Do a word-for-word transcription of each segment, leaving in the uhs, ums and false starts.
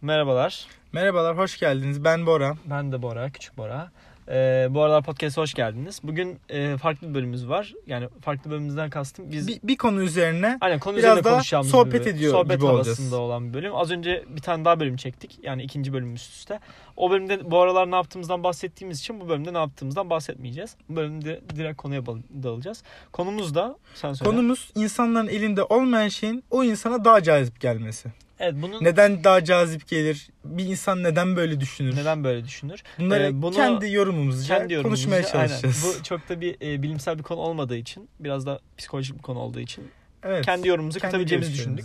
Merhabalar. Merhabalar, hoş geldiniz. Ben Bora. Ben de Bora, küçük Bora. Ee, bu aralar podcast'a hoş geldiniz. Bugün e, farklı bir bölümümüz var. Yani farklı bölümümüzden kastım biz... Bir, bir konu üzerine Aynen, konu biraz üzerine daha konuşacağımız sohbet bir, ediyor sohbet gibi olacağız. havasında olan bir bölüm. Az önce bir tane daha bölüm çektik. Yani ikinci bölüm üst üste. O bölümde bu aralar ne yaptığımızdan bahsettiğimiz için bu bölümde ne yaptığımızdan bahsetmeyeceğiz. Bu bölümde direkt konuya dalacağız. Konumuz da, sen söyle. Konumuz insanların elinde olmayan şeyin o insana daha cazip gelmesi. Evet, bunun... Neden daha cazip gelir? Bir insan neden böyle düşünür? Neden böyle düşünür? Bunları ee, bunu kendi yorumumuzca kendi yorumumuzca, konuşmaya çalışacağız. Aynen. Bu çok da bir e, bilimsel bir konu olmadığı için, biraz da psikolojik bir konu olduğu için evet, kendi yorumumuzu kendi katabileceğimizi düşündük.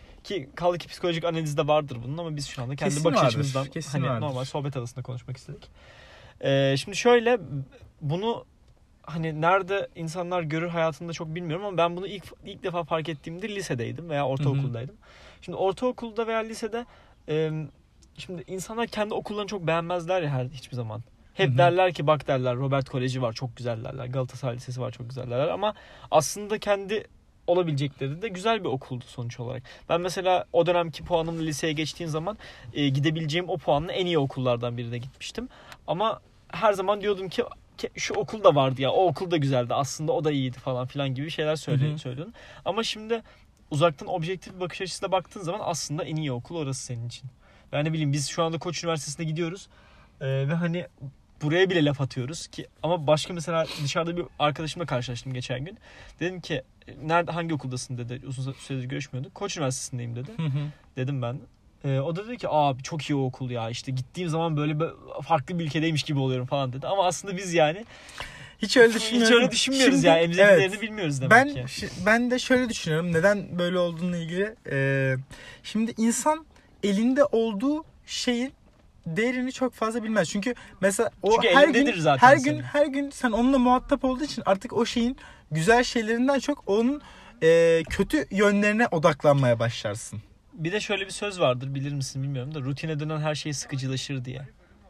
Ki kaldı ki psikolojik analiz de vardır bunun, ama biz şu anda kendi Kesin bakış vardır, açımızdan hani vardır. normal sohbet arasında konuşmak istedik. Ee, şimdi şöyle, bunu hani nerede insanlar görür hayatında çok bilmiyorum, ama ben bunu ilk ilk defa fark ettiğimde lisedeydim veya ortaokuldaydım. Hı hı. Şimdi ortaokulda veya lisede e, şimdi insanlar kendi okullarını çok beğenmezler ya her hiçbir zaman. Hep hı hı. derler ki bak derler, Robert Koleji var çok güzel derler, Galatasaray Lisesi var çok güzel derler, ama aslında kendi olabilecekleri de güzel bir okuldu sonuç olarak. Ben mesela o dönemki puanımla liseye geçtiğim zaman e, gidebileceğim o puanla en iyi okullardan birine gitmiştim. Ama her zaman diyordum ki şu okul da vardı ya, o okul da güzeldi aslında, o da iyiydi falan filan gibi şeyler söyle, söylüyordun. Ama şimdi uzaktan objektif bir bakış açısıyla baktığın zaman aslında en iyi okul orası senin için. Ben ne bileyim, biz şu anda Koç Üniversitesi'ne gidiyoruz ee, ve hani buraya bile laf atıyoruz ki, ama başka mesela dışarıda bir arkadaşımla karşılaştım geçen gün. Dedim ki nerede, hangi okuldasın dedi, uzun süredir görüşmüyorduk. Koç Üniversitesi'ndeyim dedi. Hı hı. Dedim ben. Ee, o da dedi ki abi çok iyi o okul ya, işte gittiğim zaman böyle farklı bir ülkedeymiş gibi oluyorum falan dedi. Ama aslında biz yani Hiç öyle düşünmüyoruz. Hiç öyle düşünmüyoruz. Şimdi, yani. Emziğin evet, değerini bilmiyoruz demek ben, ki. Ben de şöyle düşünüyorum. Neden böyle olduğuna ilgili. Ee, şimdi insan elinde olduğu şeyin değerini çok fazla bilmez. Çünkü mesela o Çünkü her gün zaten her senin. gün her gün sen onunla muhatap olduğu için artık o şeyin güzel şeylerinden çok onun e, kötü yönlerine odaklanmaya başlarsın. Bir de şöyle bir söz vardır, bilir misin bilmiyorum da, rutine dönen her şey sıkıcılaşır diye.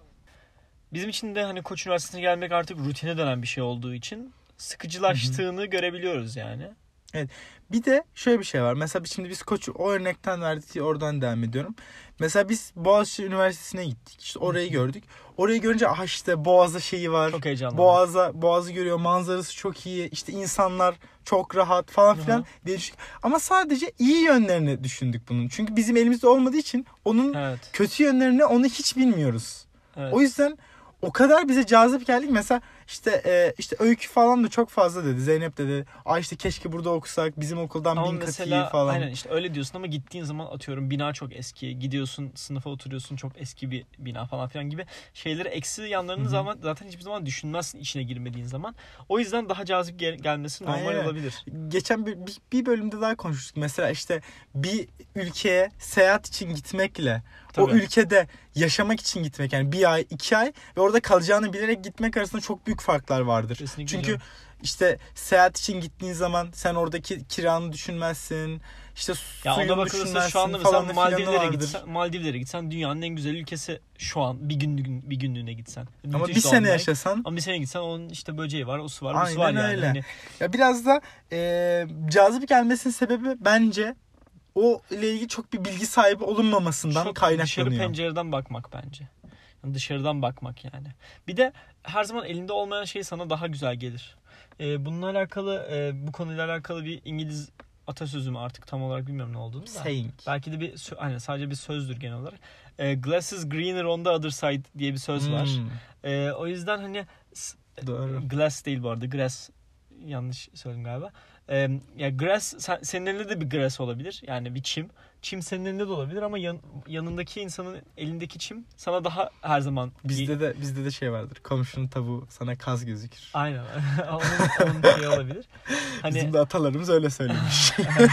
Bizim için de hani Koç Üniversitesi'ne gelmek artık rutine dönen bir şey olduğu için sıkıcılaştığını, hı hı, görebiliyoruz yani. Evet. Bir de şöyle bir şey var. Mesela şimdi biz Koç, o örnekten verdik, oradan devam ediyorum. Mesela biz Boğaziçi Üniversitesi'ne gittik. İşte orayı gördük. Orayı görünce ah işte Boğaz'da şeyi var. Çok heyecanlı. Boğaz'a, Boğaz'ı görüyor. Manzarası çok iyi. İşte insanlar çok rahat falan filan diye düşündük. Ama sadece iyi yönlerini düşündük bunun. Çünkü bizim elimizde olmadığı için onun evet. kötü yönlerini onu hiç bilmiyoruz. Evet. O yüzden o kadar bize cazip geldik. Mesela işte e, işte Öykü falan da çok fazla dedi. Zeynep dedi. Ay işte keşke burada okusak. Bizim okuldan ama bin katı iyi falan. Aynen işte öyle diyorsun, ama gittiğin zaman atıyorum bina çok eski. Gidiyorsun sınıfa oturuyorsun, çok eski bir bina falan filan gibi şeyleri, eksi yanlarını zaman zaten hiçbir zaman düşünmezsin içine girmediğin zaman. O yüzden daha cazip gel- gelmesi normal aynen. olabilir. Geçen bir, bir, bir bölümde daha konuştuk. Mesela işte bir ülkeye seyahat için gitmekle tabii. o ülkede yaşamak için gitmek, yani bir ay, iki ay ve orada kalacağını bilerek gitmek arasında çok büyük farklar vardır. Kesinlikle. Çünkü işte seyahat için gittiğin zaman sen oradaki kiranı düşünmezsin. İşte ya suyunu düşünmezsin. Şu anda mesela Maldivlere gitsen, Maldivlere gitsen dünyanın en güzel ülkesi şu an, bir gün bir günlüğüne gitsen. Ama müthiş bir sene olmayı. yaşasan. Ama bir sene gitsen onun işte böceği var, o su var, aynen bu su var yani. Öyle. Hani... Ya biraz da e, cazip gelmesinin sebebi bence o ile ilgili çok bir bilgi sahibi olunmamasından çok kaynaklanıyor. Dışarı pencereden bakmak bence. Yani dışarıdan bakmak yani. Bir de her zaman elinde olmayan şey sana daha güzel gelir. Ee, bununla alakalı, e, bu konuyla alakalı bir İngiliz atasözü mü artık tam olarak bilmiyorum ne olduğunu da. Saying. Belki de bir aynen sadece bir sözdür genel olarak. E, glass is greener on the other side diye bir söz var. Hmm. E, o yüzden hani doğru. Glass değil bu arada. Grass, yanlış söyledim galiba. Ee, ya grass, sen, senin elinde de bir grass olabilir. Yani bir çim. Çim senin elinde de olabilir, ama yan, yanındaki insanın elindeki çim sana daha her zaman... Bizde de bizde de şey vardır. Komşunun tavuğu sana kaz gözükür. Aynen. onun, onun şey olabilir. Hani... Bizim de atalarımız öyle söylemiş.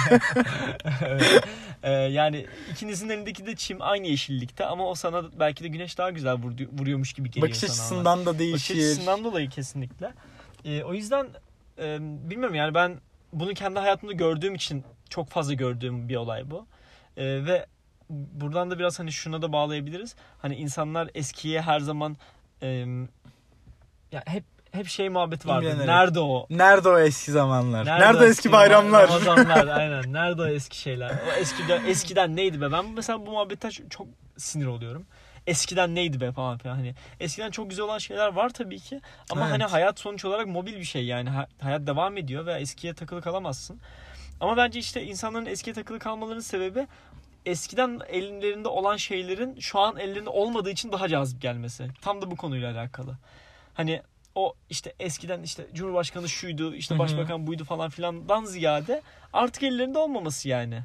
evet. ee, yani ikinizin elindeki de çim aynı yeşillikte, ama o sana belki de güneş daha güzel vuruyormuş gibi geliyor bakış sana. Bakış açısından da değişir. Bakış açısından dolayı kesinlikle. Ee, o yüzden e, bilmiyorum yani, ben bunu kendi hayatımda gördüğüm için çok fazla gördüğüm bir olay bu. Ee, ve buradan da biraz hani şuna da bağlayabiliriz. Hani insanlar eskiye her zaman e, ya hep hep şey muhabbeti vardı. İmrenerek. Nerede o? Nerede o eski zamanlar? Nerede, Nerede o eski bayramlar? Ramazanlar aynen. Nerede o eski şeyler? O eskiden, eskiden neydi be? Ben mesela bu muhabbetten çok sinir oluyorum. Eskiden neydi be falan filan. Hani eskiden çok güzel olan şeyler var tabii ki. Ama evet. hani hayat sonuç olarak mobil bir şey yani. Hayat devam ediyor ve eskiye takılı kalamazsın. Ama bence işte insanların eskiye takılı kalmalarının sebebi eskiden ellerinde olan şeylerin şu an ellerinde olmadığı için daha cazip gelmesi. Tam da bu konuyla alakalı. Hani o işte eskiden işte Cumhurbaşkanı şuydu, işte Başbakan buydu falan filandan ziyade artık ellerinde olmaması yani.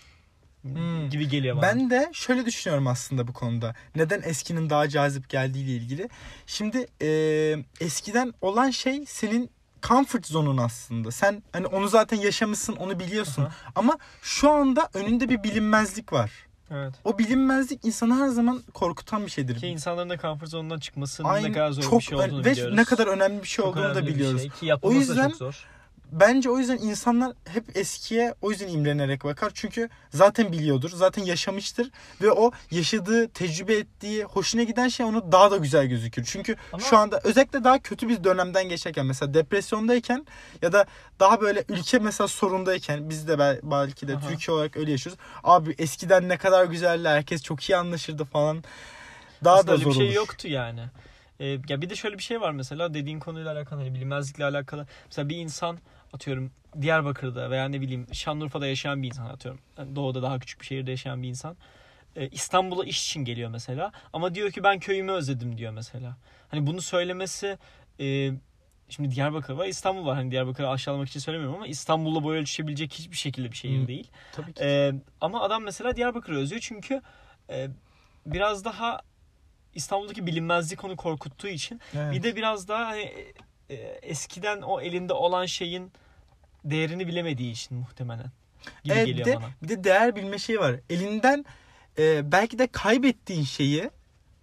Hmm. gibi geliyor bana. Ben de şöyle düşünüyorum aslında bu konuda. Neden eskinin daha cazip geldiğiyle ilgili. Şimdi e, eskiden olan şey senin comfort zone'un aslında. Sen hani onu zaten yaşamışsın, onu biliyorsun. Aha. Ama şu anda önünde bir bilinmezlik var. Evet. O bilinmezlik insanı her zaman korkutan bir şeydir. Ki insanların da comfort zone'undan çıkmasının Aynen, ne kadar zor çok bir şey olduğunu ve biliyoruz. ne kadar önemli bir şey çok olduğunu da biliyoruz. Şey. Ki yapılması o yüzden, da çok zor. Bence o yüzden insanlar hep eskiye o yüzden imrenerek bakar. Çünkü zaten biliyordur, zaten yaşamıştır ve o yaşadığı, tecrübe ettiği, hoşuna giden şey ona daha da güzel gözükür. Çünkü Ama... şu anda özellikle daha kötü bir dönemden geçerken, mesela depresyondayken ya da daha böyle ülke mesela sorundayken, biz de belki de Aha. Türkiye olarak öyle yaşıyoruz. Abi eskiden ne kadar güzeldi, herkes çok iyi anlaşırdı falan. Daha Aslında da zor olur. Öyle bir şey yoktu yani. Ee, ya bir de şöyle bir şey var mesela dediğin konuyla alakalı, hani bilinmezlikle alakalı. Mesela bir insan atıyorum Diyarbakır'da veya ne bileyim Şanlıurfa'da yaşayan bir insan, atıyorum yani doğuda daha küçük bir şehirde yaşayan bir insan e, İstanbul'a iş için geliyor mesela, ama diyor ki ben köyümü özledim diyor mesela. Hani bunu söylemesi e, şimdi Diyarbakır var, İstanbul var, hani Diyarbakır'ı aşağılamak için söylemiyorum ama İstanbul'la boy ölçüşebilecek hiçbir şekilde bir şehir değil. Tabii ki. E, ama adam mesela Diyarbakır'ı özlüyor çünkü e, biraz daha İstanbul'daki bilinmezlik onu korkuttuğu için. Evet. Bir de biraz daha hani e, eskiden o elinde olan şeyin değerini bilemediği için muhtemelen gibi evet, geliyor bir de, bana. Bir de değer bilme şeyi var. Elinden e, belki de kaybettiğin şeyi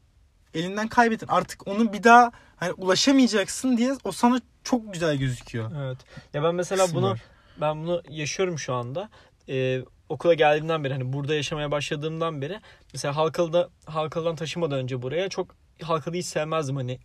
elinden kaybettin. Artık onu bir daha hani ulaşamayacaksın diye o sana çok güzel gözüküyor. Evet. Ya ben mesela Kısım bunu var. ben bunu yaşıyorum şu anda. Ee, okula geldiğimden beri, hani burada yaşamaya başladığımdan beri mesela Halkalı'da Halkalı'dan taşımadan önce buraya çok Halkalı'yı hiç sevmezdim, hani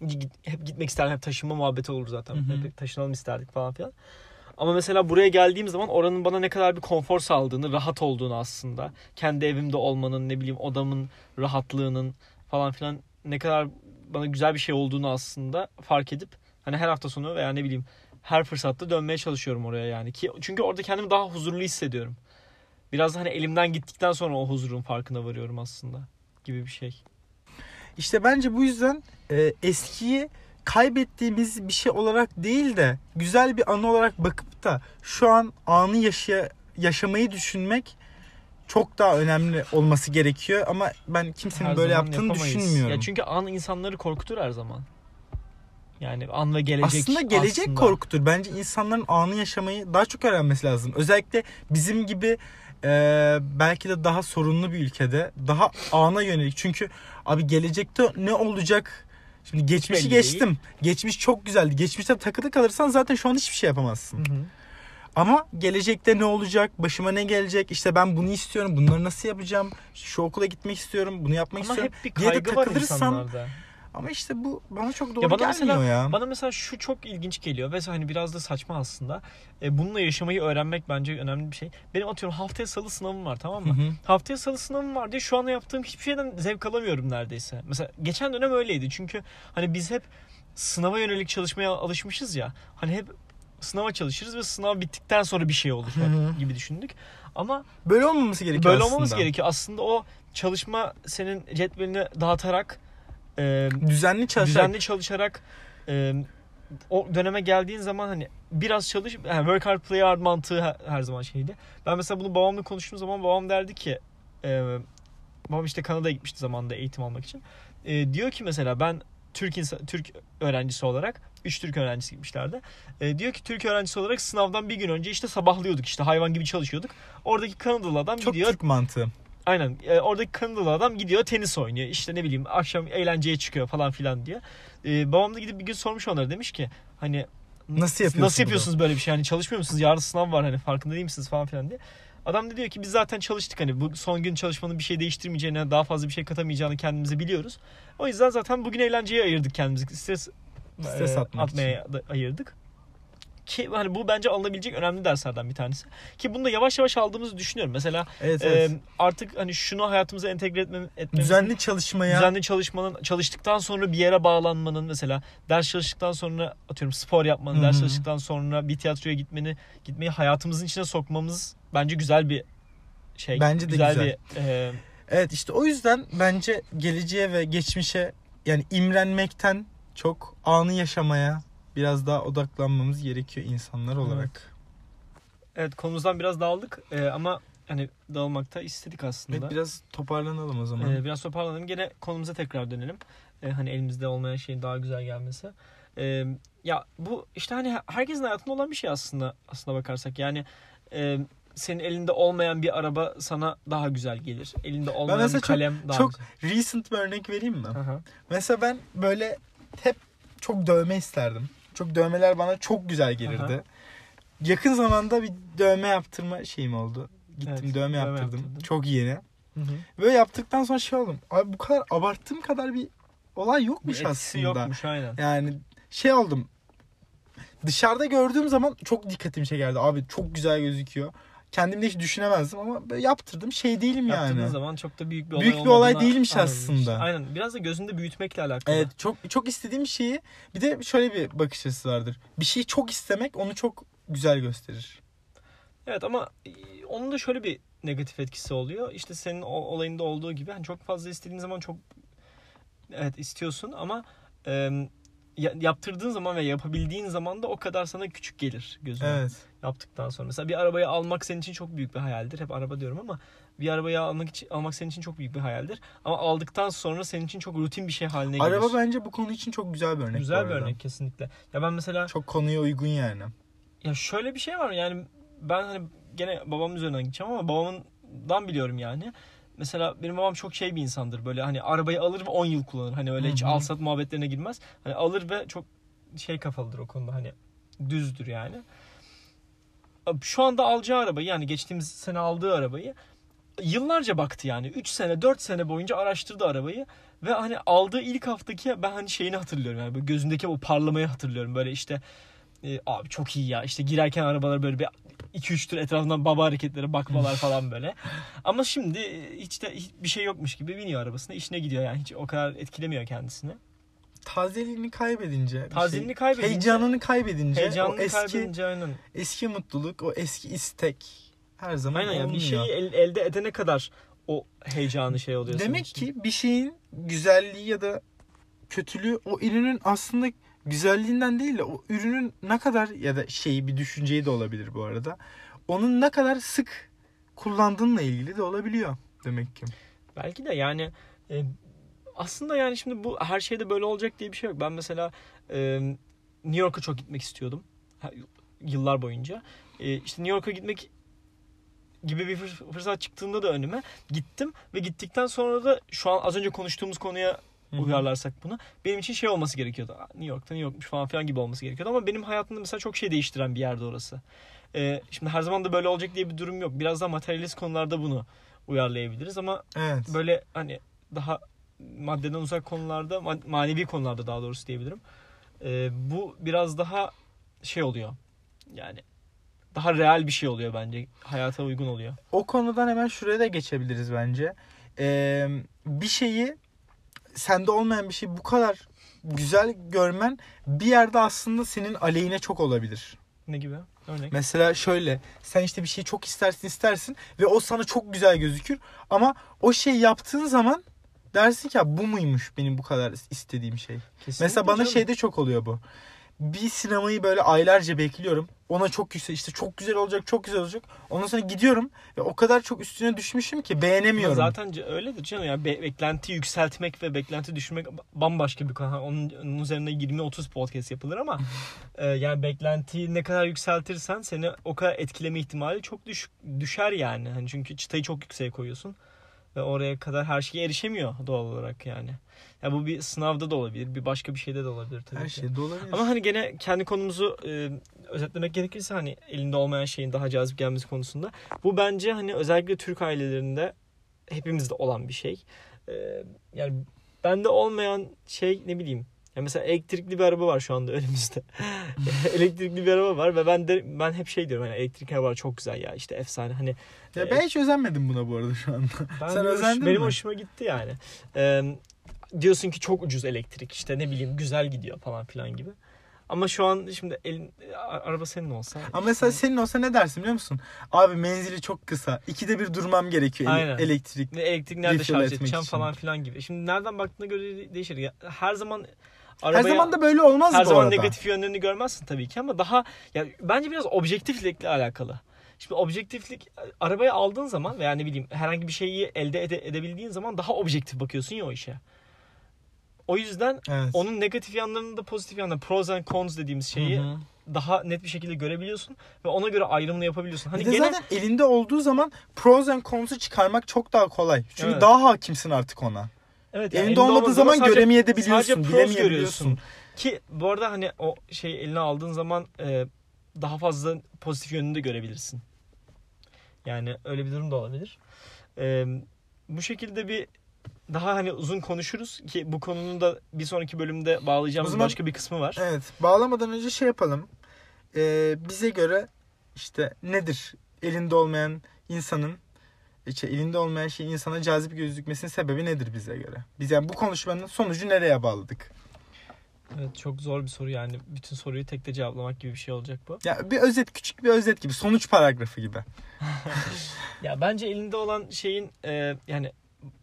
hep gitmek isterdim, hep taşınma muhabbeti olur zaten. Hı hı. Hep taşınalım isterdik falan filan. Ama mesela buraya geldiğim zaman oranın bana ne kadar bir konfor sağladığını, rahat olduğunu aslında, kendi evimde olmanın, ne bileyim odamın rahatlığının falan filan ne kadar bana güzel bir şey olduğunu aslında fark edip hani her hafta sonu veya ne bileyim her fırsatta dönmeye çalışıyorum oraya yani. Ki çünkü orada kendimi daha huzurlu hissediyorum. Biraz da hani elimden gittikten sonra o huzurun farkına varıyorum aslında gibi bir şey. İşte bence bu yüzden e, eskiyi kaybettiğimiz bir şey olarak değil de güzel bir anı olarak bakıp da şu an anı yaşaya, yaşamayı düşünmek çok daha önemli olması gerekiyor. Ama ben kimsenin her böyle yaptığını yapamayız. Düşünmüyorum. Ya çünkü an insanları korkutur her zaman. Yani an ve gelecek aslında gelecek aslında. korkutur. Bence insanların anı yaşamayı daha çok öğrenmesi lazım. Özellikle bizim gibi e, belki de daha sorunlu bir ülkede daha ana yönelik. Çünkü abi gelecekte ne olacak? Şimdi geçmişi Belli geçtim. Değil. Geçmiş çok güzeldi. Geçmişte takılı kalırsan zaten şu an hiçbir şey yapamazsın. Hı hı. Ama gelecekte ne olacak? Başıma ne gelecek? İşte ben bunu istiyorum. Bunları nasıl yapacağım? Şu okula gitmek istiyorum. Bunu yapmak ama istiyorum. Ama hep bir kaygı var insanlarda. Ama işte bu bana çok doğru ya bana gelmiyor mesela, ya. Bana mesela şu çok ilginç geliyor ve hani biraz da saçma aslında. E, bununla yaşamayı öğrenmek bence önemli bir şey. Benim atıyorum haftaya salı sınavım var, tamam mı? Hı hı. Haftaya salı sınavım var diye şu anda yaptığım hiçbir şeyden zevk alamıyorum neredeyse. Mesela geçen dönem öyleydi. Çünkü hani biz hep sınava yönelik çalışmaya alışmışız ya. Hani hep sınava çalışırız ve sınav bittikten sonra bir şey olur hep gibi düşündük. Ama böyle olmaması gerekiyor böyle aslında. Böyle olmaması gerekiyor. Aslında o çalışma senin cetvelini dağıtarak e, düzenli çalışarak düzenli çalışarak e, o döneme geldiğin zaman hani biraz çalış, yani work hard play hard mantığı her, her zaman şeydi. Ben mesela bunu babamla konuştuğum zaman babam derdi ki e, babam işte Kanada'ya gitmişti zamanında eğitim almak için. E, diyor ki mesela ben Türk insan, Türk öğrencisi olarak üç Türk öğrencisi gitmişlerdi. E, diyor ki Türk öğrencisi olarak sınavdan bir gün önce işte sabahlıyorduk, işte hayvan gibi çalışıyorduk. Oradaki Kanadalı adam çok gidiyor. Çok Türk mantığı. Aynen. E, oradaki Kanadalı adam gidiyor tenis oynuyor. İşte ne bileyim akşam eğlenceye çıkıyor falan filan diye. E, babam da gidip bir gün sormuş onlara, demiş ki hani nasıl yapıyorsunuz, nasıl yapıyorsunuz böyle bir şey? Hani çalışmıyor musunuz? Yarın sınav var, hani farkında değil misiniz falan filan diye. Adam da diyor ki biz zaten çalıştık, hani bu son gün çalışmanın bir şey değiştirmeyeceğini, daha fazla bir şey katamayacağını kendimize biliyoruz. O yüzden zaten bugün eğlenceye ayırdık kendimizi. Stres Stres e, atmak atmaya da ayırdık. Ki hani bu bence alınabilecek önemli derslerden bir tanesi. Ki bunu da yavaş yavaş aldığımızı düşünüyorum. Mesela evet, evet. E, artık hani şunu hayatımıza entegre etmem, etmemiz, düzenli çalışmaya, düzenli çalışmanın, çalıştıktan sonra bir yere bağlanmanın, mesela ders çalıştıktan sonra atıyorum spor yapmanın, Hı-hı. ders çalıştıktan sonra bir tiyatroya gitmeni, gitmeyi hayatımızın içine sokmamız bence güzel bir şey. Bence de güzel. güzel. Bir, e... Evet, işte o yüzden bence geleceğe ve geçmişe, yani imrenmekten çok anı yaşamaya biraz daha odaklanmamız gerekiyor insanlar olarak. Evet, evet, konumuzdan biraz dağıldık ee, ama hani dağılmakta istedik aslında. Evet, biraz toparlanalım o zaman. Ee, biraz toparlanalım. Gene konumuza tekrar dönelim. Ee, hani elimizde olmayan şeyin daha güzel gelmesi. Ee, ya bu işte hani herkesin hayatında olan bir şey aslında aslına bakarsak. Yani e, senin elinde olmayan bir araba sana daha güzel gelir. Elinde olmayan bir kalem çok, daha çok güzel. Çok recent bir örnek vereyim mi? Aha. Mesela ben böyle hep çok dövme isterdim. Çok dövmeler bana çok güzel gelirdi. Aha. Yakın zamanda bir dövme yaptırma şeyim oldu. Gittim evet, dövme, dövme yaptırdım. Yaptırdım. Çok yeni. Hı hı. Böyle yaptıktan sonra şey oldum. Abi bu kadar abarttığım kadar bir olay yokmuş bir aslında. Yokmuş aynen. Yani şey oldum. Dışarıda gördüğüm zaman çok dikkatimi çekerdi. Abi çok güzel gözüküyor. Kendimde hiç düşünemezdim ama böyle yaptırdım. Şey değilim yani. Yaptırdığın zaman çok da büyük bir olay Büyük bir olay değilmiş aslında. Aynen. Biraz da gözünde büyütmekle alakalı. Evet, çok çok istediğim şeyi, bir de şöyle bir bakış açısı vardır. Bir şeyi çok istemek onu çok güzel gösterir. Evet ama onun da şöyle bir negatif etkisi oluyor. İşte senin olayında olduğu gibi hani çok fazla istediğin zaman çok evet istiyorsun ama e, yaptırdığın zaman ve yapabildiğin zaman da o kadar sana küçük gelir gözüne. Evet. Yaptıktan sonra. Mesela bir arabayı almak senin için çok büyük bir hayaldir. Hep araba diyorum ama bir arabayı almak için almak senin için çok büyük bir hayaldir. Ama aldıktan sonra senin için çok rutin bir şey haline gelir. Araba bence bu konu için çok güzel bir örnek. Güzel bir örnek kesinlikle. Ya ben mesela çok konuya uygun yani. Ya şöyle bir şey var yani ben hani gene babamın üzerinden gideceğim ama babamdan biliyorum yani. Mesela benim babam çok şey bir insandır. Böyle hani arabayı alır ve on yıl kullanır. Hani öyle Hı-hı. hiç al sat muhabbetlerine girmez. Hani alır ve çok şey kafalıdır o konuda, hani düzdür yani. Şu anda alacağı arabayı, yani geçtiğimiz sene aldığı arabayı yıllarca baktı yani. üç sene dört sene boyunca araştırdı arabayı. Ve hani aldığı ilk haftaki ben hani şeyini hatırlıyorum yani. Böyle gözündeki o parlamayı hatırlıyorum. Böyle işte e, abi çok iyi ya. İşte girerken arabalar böyle bir iki üç tur etrafından baba hareketlere bakmalar falan böyle. Ama şimdi hiç de hiç bir şey yokmuş gibi biniyor arabasına. İşine gidiyor yani. Hiç o kadar etkilemiyor kendisini. Tazeliğini kaybedince, tazeliğini şey, kaybedince, heyecanını kaybedince, heyecanını o eski kaybedince aynen. eski mutluluk, o eski istek her zaman aynen olmuyor. Yani bir şeyi el, elde edene kadar o heyecanı şey oluyor. Demek ki bir şeyin güzelliği ya da kötülüğü o ürünün aslında güzelliğinden değil de o ürünün ne kadar, ya da şeyi bir düşünceyi de olabilir bu arada. Onun ne kadar sık kullandığınla ilgili de olabiliyor demek ki. Belki de yani e, aslında yani şimdi bu her şeyde böyle olacak diye bir şey yok. Ben mesela e, New York'a çok gitmek istiyordum. Yıllar boyunca. E, işte New York'a gitmek gibi bir fırsat çıktığında da önüme gittim. Ve gittikten sonra da şu an az önce konuştuğumuz konuya Hı-hı. uyarlarsak bunu, benim için şey olması gerekiyordu. New York'ta New York'muş falan filan gibi olması gerekiyordu. Ama benim hayatımda mesela çok şey değiştiren bir yerde orası. E, şimdi her zaman da böyle olacak diye bir durum yok. Biraz daha materyalist konularda bunu uyarlayabiliriz. Ama evet. böyle hani daha maddeden uzak konularda, manevi konularda daha doğrusu diyebilirim. Ee, bu biraz daha şey oluyor. Yani daha real bir şey oluyor bence. Hayata uygun oluyor. O konudan hemen şuraya da geçebiliriz bence. Ee, bir şeyi, sende olmayan bir şeyi bu kadar güzel görmen bir yerde aslında senin aleyhine çok olabilir. Ne gibi? Örnek. Mesela şöyle, sen işte bir şeyi çok istersin istersin ve o sana çok güzel gözükür ama o şeyi yaptığın zaman dersin ki ya bu muymuş benim bu kadar istediğim şey. Kesinlikle Mesela bana canım. Şeyde çok oluyor bu. Bir sinemayı böyle aylarca bekliyorum. Ona çok yüksek, işte çok güzel olacak, çok güzel olacak. Ondan sonra gidiyorum ve o kadar çok üstüne düşmüşüm ki beğenemiyorum. Ama zaten öyledir canım. Yani be- beklenti yükseltmek ve beklenti düşürmek bambaşka bir konu. Onun, onun üzerine yirmi otuz podcast yapılır ama e, yani beklentiyi ne kadar yükseltirsen seni o kadar etkileme ihtimali çok düş- düşer yani. Hani çünkü çıtayı çok yükseğe koyuyorsun. Ve oraya kadar her şeye erişemiyor doğal olarak yani. Ya bu bir sınavda da olabilir, bir başka bir şeyde de olabilir tabii her ki. şeyde olabilir. Ama hani gene kendi konumuzu e, özetlemek gerekirse hani elinde olmayan şeyin daha cazip gelmesi konusunda. Bu bence hani özellikle Türk ailelerinde hepimizde olan bir şey. E, yani bende olmayan şey ne bileyim Yani mesela elektrikli bir araba var şu anda önümüzde. Elektrikli bir araba var ve ben de ben hep şey diyorum hani elektrikli araba çok güzel ya işte efsane hani. Ya e, ben hiç özenmedim buna bu arada şu anda. Sen özendin benim mi? hoşuma gitti yani. Ee, diyorsun ki çok ucuz elektrik işte ne bileyim güzel gidiyor falan filan gibi. Ama şu an şimdi elin, araba senin olsa. Ama mesela senin olsa ne dersin biliyor musun? Abi menzili çok kısa. İkide bir durmam gerekiyor Aynen. elektrik. Ve elektrik nerede şarj edeceğim falan filan gibi. Şimdi nereden baktığına göre değişir. Ya, her zaman arabaya, her zaman da böyle olmaz her bu zaman arada. negatif yönlerini görmezsin tabii ki ama daha ya bence biraz objektiflikle alakalı. Şimdi objektiflik arabaya aldığın zaman veya ne bileyim herhangi bir şeyi elde ede, edebildiğin zaman daha objektif bakıyorsun ya o işe. O yüzden evet. onun negatif yanlarını da pozitif yanlarını, pros and cons dediğimiz şeyi hı hı. daha net bir şekilde görebiliyorsun ve ona göre ayrımını yapabiliyorsun. Hani bir de gene... zaten elinde olduğu zaman pros and cons'u çıkarmak çok daha kolay. Çünkü evet. daha hakimsin artık ona. Evet, yani elinde olmadığı zaman sadece, göremeyebiliyorsun, bilemeyebiliyorsun. Ki bu arada hani o şeyi eline aldığın zaman e, daha fazla pozitif yönünü de görebilirsin. Yani öyle bir durum da olabilir. E, bu şekilde bir daha hani uzun konuşuruz ki bu konunun da bir sonraki bölümde bağlayacağımız zaman, başka bir kısmı var. Evet. Bağlamadan önce şey yapalım. Ee, bize göre işte nedir elinde olmayan insanın işte elinde olmayan şeyin insana cazip gözükmesinin sebebi nedir bize göre? Biz yani bu konuşmanın sonucu nereye bağladık? Evet çok zor bir soru yani. Bütün soruyu tekte cevaplamak gibi bir şey olacak bu. Ya bir özet, küçük bir özet gibi. Sonuç paragrafı gibi. Ya bence elinde olan şeyin e, yani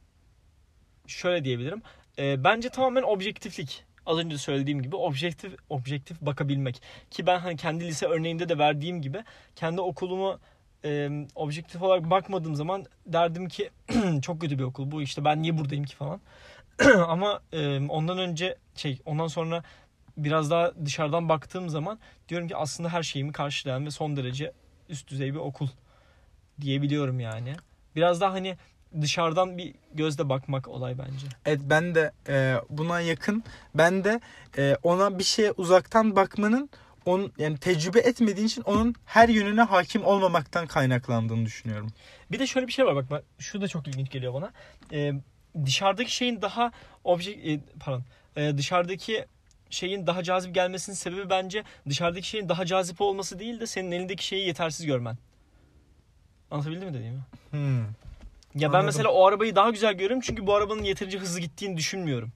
şöyle diyebilirim. E, bence tamamen objektiflik. Az önce söylediğim gibi objektif objektif bakabilmek. Ki ben hani kendi lise örneğinde de verdiğim gibi kendi okulumu e, objektif olarak bakmadığım zaman derdim ki çok kötü bir okul bu işte ben niye buradayım ki falan. Ama e, ondan önce şey ondan sonra biraz daha dışarıdan baktığım zaman diyorum ki aslında her şeyimi karşılayan ve son derece üst düzey bir okul diyebiliyorum yani. Biraz daha hani dışarıdan bir gözle bakmak olay bence. Evet ben de e, buna yakın. Ben de e, ona bir şeye uzaktan bakmanın on yani tecrübe etmediğin için onun her yönüne hakim olmamaktan kaynaklandığını düşünüyorum. Bir de şöyle bir şey var bak, bak şu da çok ilginç geliyor bana. Ee, dışarıdaki şeyin daha objek e, pardon e, dışarıdaki şeyin daha cazip gelmesinin sebebi bence dışarıdaki şeyin daha cazip olması değil de senin elindeki şeyi yetersiz görmen. Anlatabildim mi dediğimi? Hmm. Ya ben Anladım. mesela o arabayı daha güzel görüyorum çünkü bu arabanın yeterince hızlı gittiğini düşünmüyorum.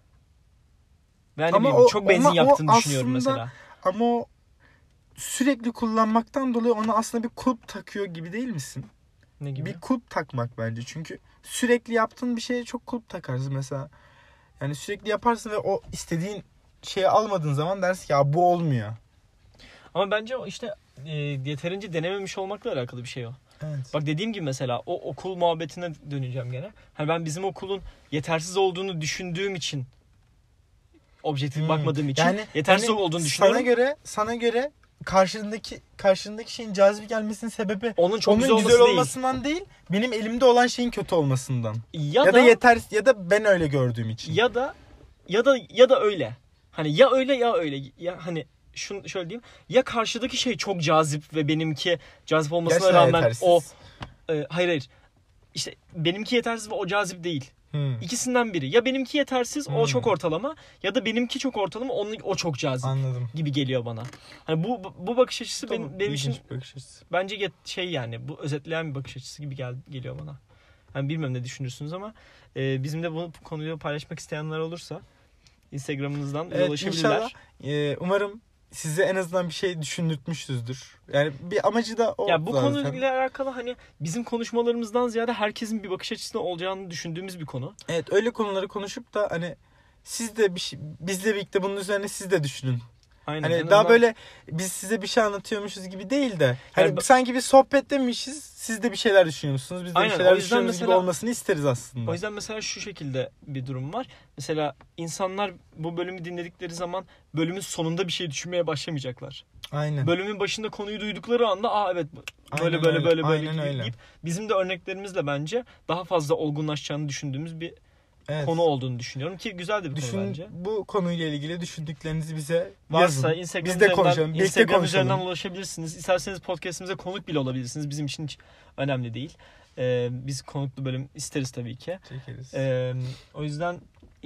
Ben de bileyim, çok benzin yaktığını düşünüyorum mesela. Ama o sürekli kullanmaktan dolayı ona aslında bir kulp takıyor gibi değil misin? Ne gibi? Bir kulp takmak bence. Çünkü sürekli yaptığın bir şeye çok kulp takarsın mesela. Yani sürekli yaparsın ve o istediğin şeyi almadığın zaman dersin ki ya bu olmuyor. Ama bence o işte e, yeterince denememiş olmakla alakalı bir şey o. Evet. Bak dediğim gibi mesela o okul muhabbetine döneceğim gene. Hani ben bizim okulun yetersiz olduğunu düşündüğüm için objektif hmm. bakmadığım için yani, yetersiz yani olduğunu düşünüyorum. Sana göre sana göre karşındaki karşındaki şeyin cazip gelmesinin sebebi onun çok onun güzel, güzel olması olmasından değil. değil, benim elimde olan şeyin kötü olmasından. Ya, ya da, da yeter ya da ben öyle gördüğüm için. Ya da ya da ya da öyle. Hani ya öyle ya öyle. Ya hani şunu şöyle diyeyim. Ya karşıdaki şey çok cazip ve benimki cazip olmasına gerçekten rağmen yetersiz. o e, hayır hayır. İşte benimki yetersiz ve o cazip değil. Hmm. İkisinden biri. Ya benimki yetersiz, hmm. o çok ortalama ya da benimki çok ortalama, onun o çok cazip. Anladım. Gibi geliyor bana. Hani bu bu bakış açısı tamam, benim benim için bakış açısı. Bence şey yani bu özetleyen bir bakış açısı gibi gel, geliyor bana. Hani bilmem ne düşünürsünüz ama e, bizim de bu konuyu paylaşmak isteyenler olursa Instagram'ınızdan evet, ulaşabilirler. İnşallah. E, umarım size en azından bir şey düşündürtmüşüzdür. Yani bir amacı da o. Ya bu zaten. konuyla alakalı hani bizim konuşmalarımızdan ziyade herkesin bir bakış açısında olacağını düşündüğümüz bir konu. Evet, öyle konuları konuşup da hani siz de bir şey, bizle birlikte bunun üzerine siz de düşünün. Aynen. Hani daha azından... böyle biz size bir şey anlatıyormuşuz gibi değil de hani yani, sanki bir sohbet demişiz. Siz de bir şeyler düşünüyorsunuz. Biz de aynen, bir şeyler düşünüyoruz mesela, gibi olmasını isteriz aslında. O yüzden mesela şu şekilde bir durum var. Mesela insanlar bu bölümü dinledikleri zaman bölümün sonunda bir şey düşünmeye başlamayacaklar. Aynen. Bölümün başında konuyu duydukları anda aa evet böyle aynen böyle öyle. böyle böyle aynen gibi deyip bizim de örneklerimizle bence daha fazla olgunlaşacağını düşündüğümüz bir evet. konu olduğunu düşünüyorum ki güzel de bir Düşün, konu bence. Bu konuyla ilgili düşündüklerinizi bize varsa yazın. Instagram Biz de konuşalım. Instagram üzerinden ulaşabilirsiniz. İsterseniz podcast'imize konuk bile olabilirsiniz. Bizim için hiç önemli değil. Ee, biz konuklu bölüm isteriz tabii ki. Çekeriz. Ee, o yüzden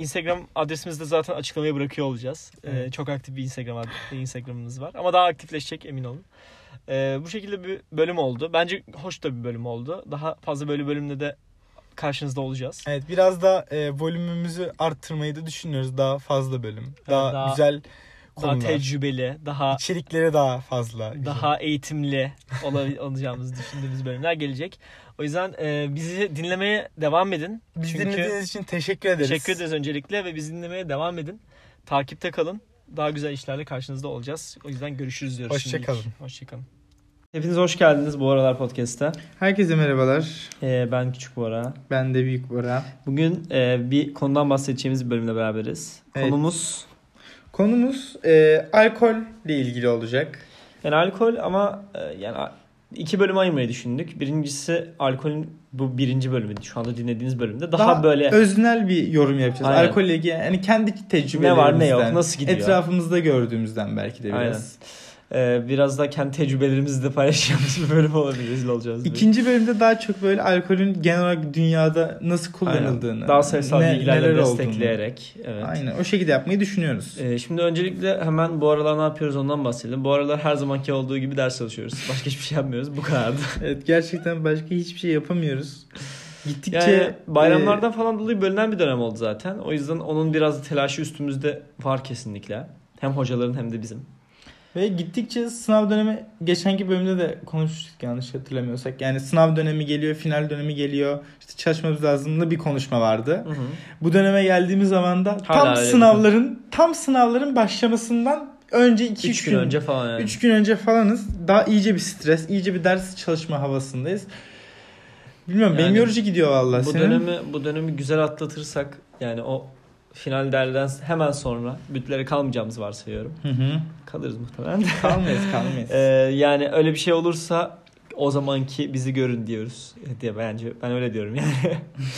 Instagram adresimizi de zaten açıklamaya bırakıyor olacağız. Evet. Ee, çok aktif bir Instagram ad- Instagram'ımız var. Ama daha aktifleşecek, emin olun. Ee, bu şekilde bir bölüm oldu. Bence hoş da bir bölüm oldu. Daha fazla böyle bölümde de karşınızda olacağız. Evet, biraz da e, volümümüzü arttırmayı da düşünüyoruz. Daha fazla bölüm. Daha, Evet, daha güzel daha konular. tecrübeli, daha İçerikleri daha fazla. Güzel. daha eğitimli ol- olacağımızı düşündüğümüz bölümler gelecek. O yüzden e, bizi dinlemeye devam edin. Biz Çünkü dinlediğiniz için teşekkür ederiz. teşekkür ederiz öncelikle ve bizi dinlemeye devam edin. Takipte kalın. Daha güzel işlerle karşınızda olacağız. O yüzden görüşürüz diyoruz. Hoşça kalın. Hoşçakalın. Hepiniz hoş geldiniz Bu Aralar Podcast'a. Herkese merhabalar. Ee, ben Küçük Bora. Ben de Büyük Bora. Bugün e, bir konudan bahsedeceğimiz bir bölümle beraberiz. Evet. Konumuz... Konumuz e, alkolle ilgili olacak. Yani alkol ama e, yani iki bölüm ayırmayı düşündük. Birincisi alkolün bu birinci bölümü. Şu anda dinlediğiniz bölümde. Daha, Daha böyle... öznel bir yorum yapacağız. Aynen. Alkolle ilgili yani kendi tecrübelerimizden. Ne var ne yok, nasıl gidiyor? Etrafımızda gördüğümüzden belki de biraz. Aynen. Ee, biraz da kendi tecrübelerimizi de paylaşacağımız bir bölüm olabilir. Rezil olacağız. İkinci bölümde daha çok böyle alkolün genel olarak dünyada nasıl kullanıldığını. Aynen. Daha sayısal ne, bilgilerle destekleyerek. Evet. Aynen o şekilde yapmayı düşünüyoruz. Ee, şimdi öncelikle hemen bu aralar ne yapıyoruz ondan bahsedelim. Bu aralar her zamanki olduğu gibi ders çalışıyoruz. Başka hiçbir şey yapmıyoruz. Bu kadardı. Evet, gerçekten başka hiçbir şey yapamıyoruz. Gittikçe yani bayramlardan e... falan dolayı bölünen bir dönem oldu zaten. O yüzden onun biraz da telaşı üstümüzde var kesinlikle. Hem hocaların hem de bizim. Ve gittikçe sınav dönemi, geçenki bölümde de konuştuk yanlış hatırlamıyorsak. Yani sınav dönemi geliyor, final dönemi geliyor. İşte çalışmamız lazımlı bir konuşma vardı. Hı hı. Bu döneme geldiğimiz zaman da tam sınavların mi? tam sınavların başlamasından önce iki üç gün, gün önce falan yani. üç gün önce falanız. Daha iyice bir stres, iyice bir ders çalışma havasındayız. Bilmiyorum, yani benim yorucu gidiyor vallahi. Bu Senin... dönemi bu dönemi güzel atlatırsak yani o final derden hemen sonra bütlere kalmayacağımızı varsayıyorum. Hı hı. Kalırız muhtemelen. Kalmayız, kalmayız. ee, yani öyle bir şey olursa o zamanki bizi görün diyoruz diye bence ben öyle diyorum yani.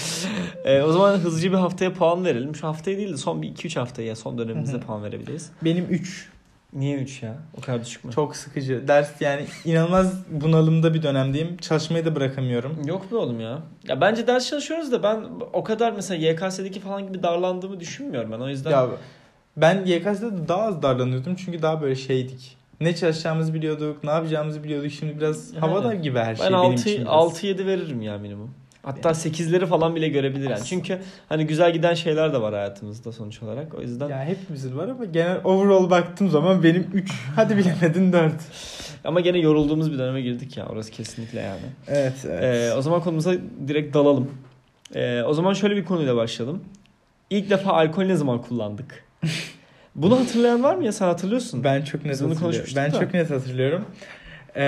ee, o zaman hızlıca bir haftaya puan verelim. Şu haftaya değil de son bir iki üç haftaya son dönemimizde puan verebiliriz. Benim üç. Niye üç ya? O kadar düşük mü? Çok sıkıcı. Ders yani inanılmaz bunalımda bir dönemdeyim. Çalışmayı da bırakamıyorum. Yok be oğlum ya. Ya bence ders çalışıyoruz da ben o kadar mesela Y K S'deki falan gibi darlandığımı düşünmüyorum ben. O yüzden ya ben Y K S'de de daha az darlanıyordum çünkü daha böyle şeydik. Ne çalışacağımızı biliyorduk, ne yapacağımızı biliyorduk. Şimdi biraz yani, havada gibi her şey ben benim altı, için. Ben altı yedi veririm ya minimum. Hatta yani. sekizleri falan bile görebilir yani. Çünkü hani güzel giden şeyler de var hayatımızda sonuç olarak. O yüzden ya hepimizin var ama genel overall baktığım zaman benim üç hadi bilemedin dört. Ama gene yorulduğumuz bir döneme girdik ya. Orası kesinlikle yani. Evet, evet. Ee, o zaman konumuza direkt dalalım. Ee, o zaman şöyle bir konuyla başlayalım. İlk defa alkol ne zaman kullandık? Bunu hatırlayan var mı ya? Sen hatırlıyorsun. Ben çok net hatırlıyorum. Ben da. çok net hatırlıyorum. Ee,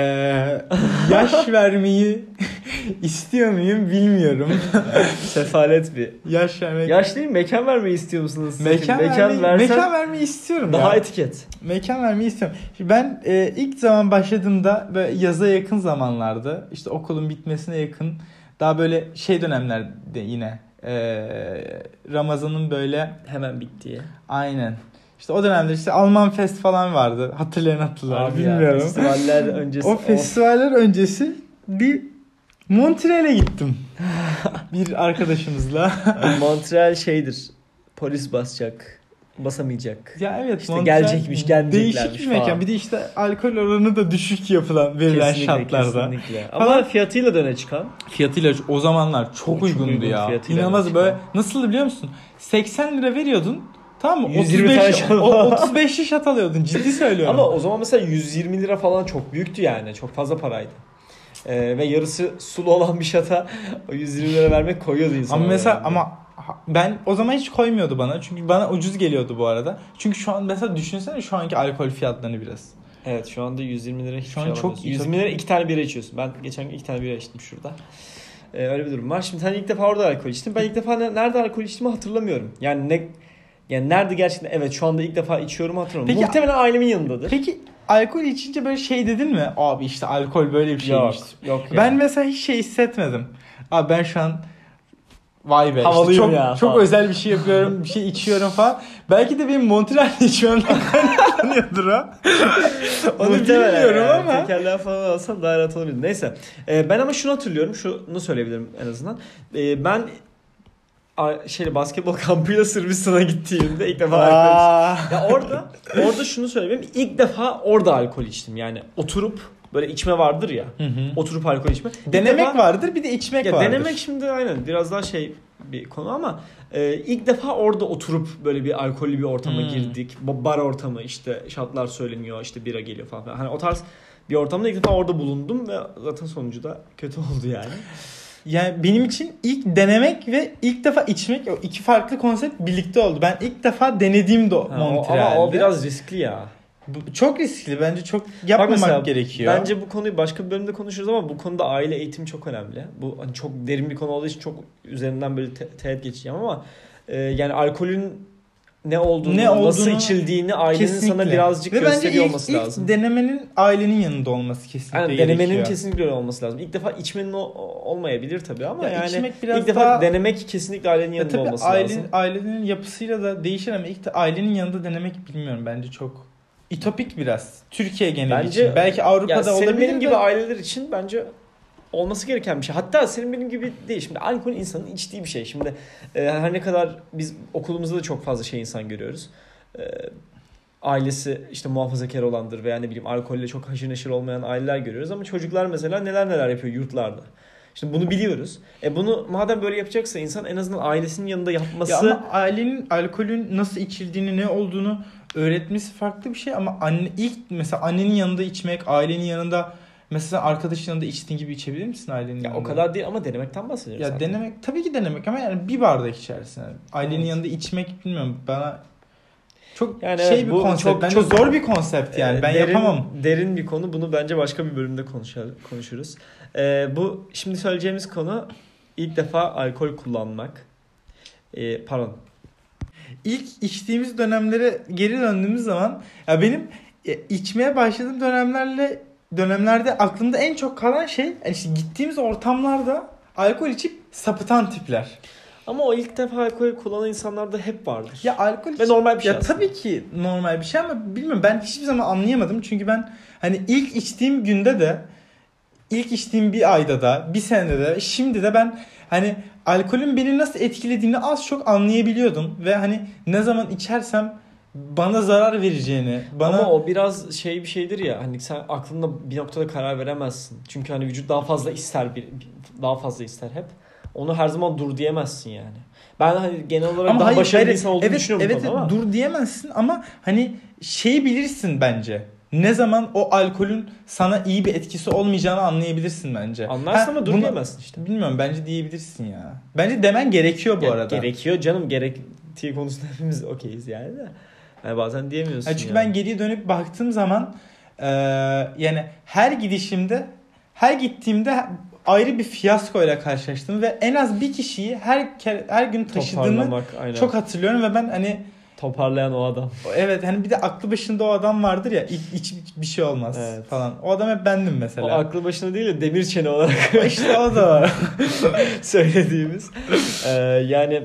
yaş vermeyi istiyor muyum bilmiyorum. Sefalet bir. Yaş vermek. Yaş değil, mekan vermeyi istiyor musunuz? Mekan, mekan, vermeyi, versen, mekan vermeyi istiyorum. Daha ya. etiket. Mekan vermeyi istiyorum. Şimdi ben e, ilk zaman başladığımda böyle yaza yakın zamanlarda, işte okulun bitmesine yakın, daha böyle şey dönemlerde yine e, Ramazan'ın böyle hemen bittiği. Aynen. İşte o dönemde işte Alman Fest falan vardı. Hatırlayan hatırlar. Abi bilmiyorum. Ya, festivaller öncesi. O festivaller öncesi bir Montreal'e gittim. Bir arkadaşımızla. Montreal şeydir. Polis basacak. Basamayacak. Ya evet. İşte gelecekmiş, gelmeyeceklermiş değişik bir mekan. Falan. Bir de işte alkol oranı da düşük yapılan verilen kesinlikle, şartlarda. Kesinlikle. Ama falan. Fiyatıyla da öne çıkan. Fiyatıyla o zamanlar çok, çok uygundu uygun ya. İnanılmaz böyle. Nasıldı biliyor musun? seksen lira veriyordun. Tamam mı? yüz yirmi otuz beş, otuz beşli şat alıyordun. Ciddi söylüyorum. Ama o zaman mesela yüz yirmi lira falan çok büyüktü yani. Çok fazla paraydı. Ee, ve yarısı sulu olan bir şata o yüz yirmi lira vermek koyuyordu insanlar. Ama mesela yani. ama ben o zaman hiç koymuyordu bana. Çünkü bana ucuz geliyordu bu arada. Çünkü şu an mesela düşünsene şu anki alkol fiyatlarını biraz. Evet şu anda yüz yirmi lira hiçbir şu an şey çok yüz yirmi lira iki tane bira içiyorsun. Ben geçen gün iki tane bira içtim şurada. Ee, öyle bir durum var. Şimdi sen ilk defa orada alkol içtin. Ben ilk defa nerede alkol içtiğimi hatırlamıyorum. Yani ne yani nerede gerçekten evet şu anda ilk defa içiyorum hatırlamıyorum. Peki, muhtemelen ailemin yanındadır. Peki alkol içince böyle şey dedin mi? Abi işte alkol böyle bir şeymiş. Yok, yok yani. Ben mesela hiç şey hissetmedim. Abi ben şu an vay be havalıyım işte çok, ya. Çok özel bir şey yapıyorum, bir şey içiyorum falan. Belki de benim Montreal'de içmemden kaynaklanıyordur o. Onu bilmiyorum yani, ama. Tekerler falan alsam daha rahat olabilir. Neyse. Ee, ben ama şunu hatırlıyorum. Şunu söyleyebilirim en azından. Ee, ben şey basketbol kampıyla Sırbistan'a gittiğimde ilk defa alkol içtim. Ya orada orada şunu söyleyeyim. İlk defa orada alkol içtim. Yani oturup böyle içme vardır ya. Hı hı. Oturup alkol içme. İlk denemek defa, vardır, bir de içmek ya vardır. Denemek şimdi aynen biraz daha şey bir konu ama e, ilk defa orada oturup böyle bir alkollü bir ortama hmm. girdik. Bar ortamı, işte şatlar söyleniyor, işte bira geliyor falan. Hani o tarz bir ortamda ilk defa orada bulundum ve zaten sonucu da kötü oldu yani. Yani benim için ilk denemek ve ilk defa içmek, o iki farklı konsept birlikte oldu. Ben ilk defa denediğim de Montreal'de. Ama o biraz riskli ya. Bu çok riskli. Bence çok yapmamak mesela, gerekiyor. Bence bu konuyu başka bir bölümde konuşuruz ama bu konuda aile eğitimi çok önemli. Bu hani çok derin bir konu olduğu için çok üzerinden böyle te- teğet geçeceğim ama e, yani alkolün ne olduğunu, ne olduğunu nasıl içildiğini ailenin kesinlikle. Sana birazcık ve gösteriyor ilk, olması ilk lazım. Ve bence denemenin ailenin yanında olması kesinlikle yani gerekiyor. Denemenin kesinlikle öyle olması lazım. İlk defa içmenin o, olmayabilir tabii ama ya yani ilk defa daha... denemek kesinlikle ailenin yanında tabii olması aile, lazım. Ailenin yapısıyla da değişir ama ilk de ailenin yanında denemek bilmiyorum bence çok İtopik biraz. Türkiye geneli bence, için. Belki Avrupa'da olabilir. Senin benim de... gibi aileler için bence olması gereken bir şey. Hatta senin benim gibi değil. Şimdi alkol insanın içtiği bir şey. Şimdi e, her ne kadar biz okulumuzda da çok fazla şey insan görüyoruz. E, ailesi işte muhafazakar olandır veya ne bileyim alkolle çok haşır neşir olmayan aileler görüyoruz. Ama çocuklar mesela neler neler yapıyor yurtlarda. Şimdi bunu biliyoruz. E bunu madem böyle yapacaksa insan en azından ailesinin yanında yapması... Ya ama ailenin alkolün nasıl içildiğini, ne olduğunu öğretmesi farklı bir şey ama anne ilk mesela annenin yanında içmek, ailenin yanında mesela arkadaşın yanında içtiğin gibi içebilir misin ailenin ya yanında? O kadar değil ama denemekten bahsediyoruz. Ya zaten. Denemek tabii ki denemek ama yani bir bardak içersin. Yani ailenin evet. yanında içmek bilmiyorum bana çok yani şey evet, bir konsept. Çok, bence çok zor bir konsept yani. Ben derin, yapamam. Derin bir konu. Bunu bence başka bir bölümde konuşuruz. Ee, bu şimdi söyleyeceğimiz konu ilk defa alkol kullanmak. Ee, pardon. İlk içtiğimiz dönemlere geri döndüğümüz zaman ya benim içmeye başladığım dönemlerle dönemlerde aklımda en çok kalan şey yani işte gittiğimiz ortamlarda alkol içip sapıtan tipler. Ama o ilk defa alkol kullanan insanlarda hep vardır. Ya alkol ve normal bir şey. Ya aslında. Tabii ki normal bir şey ama bilmiyorum ben hiçbir zaman anlayamadım. Çünkü ben hani ilk içtiğim günde de ilk içtiğim bir ayda da bir senede de şimdi de ben hani alkolün beni nasıl etkilediğini az çok anlayabiliyordum ve hani ne zaman içersem bana zarar vereceğini bana ama o biraz şey bir şeydir ya hani sen aklında bir noktada karar veremezsin. Çünkü hani vücut daha fazla ister bir daha fazla ister hep. Onu her zaman dur diyemezsin yani. Ben hani genel olarak ama daha hayır, başarılı hayır, insan olduğunu evet, düşünüyorum evet, ama. Dur diyemezsin ama hani şeyi bilirsin bence. Ne zaman o alkolün sana iyi bir etkisi olmayacağını anlayabilirsin bence. Anlarsın ama dur bunu, diyemezsin işte. Bilmiyorum bence diyebilirsin ya. Bence demen gerekiyor bu ya, arada. Gerekiyor canım gerektiği konusunda hepimiz okeyiz yani de. Yani bazen diyemiyorsun ya. Çünkü yani. ben geriye dönüp baktığım zaman e, yani her gidişimde her gittiğimde ayrı bir fiyaskoyla karşılaştım ve en az bir kişiyi her kere, her gün taşıdığımı çok hatırlıyorum ve ben hani toparlayan o adam. Evet hani bir de aklı başında o adam vardır ya hiç, hiç bir şey olmaz evet. falan. O adam hep bendim mesela. O aklı başında değil de demir çene olarak. İşte o da var. Söylediğimiz. Ee, yani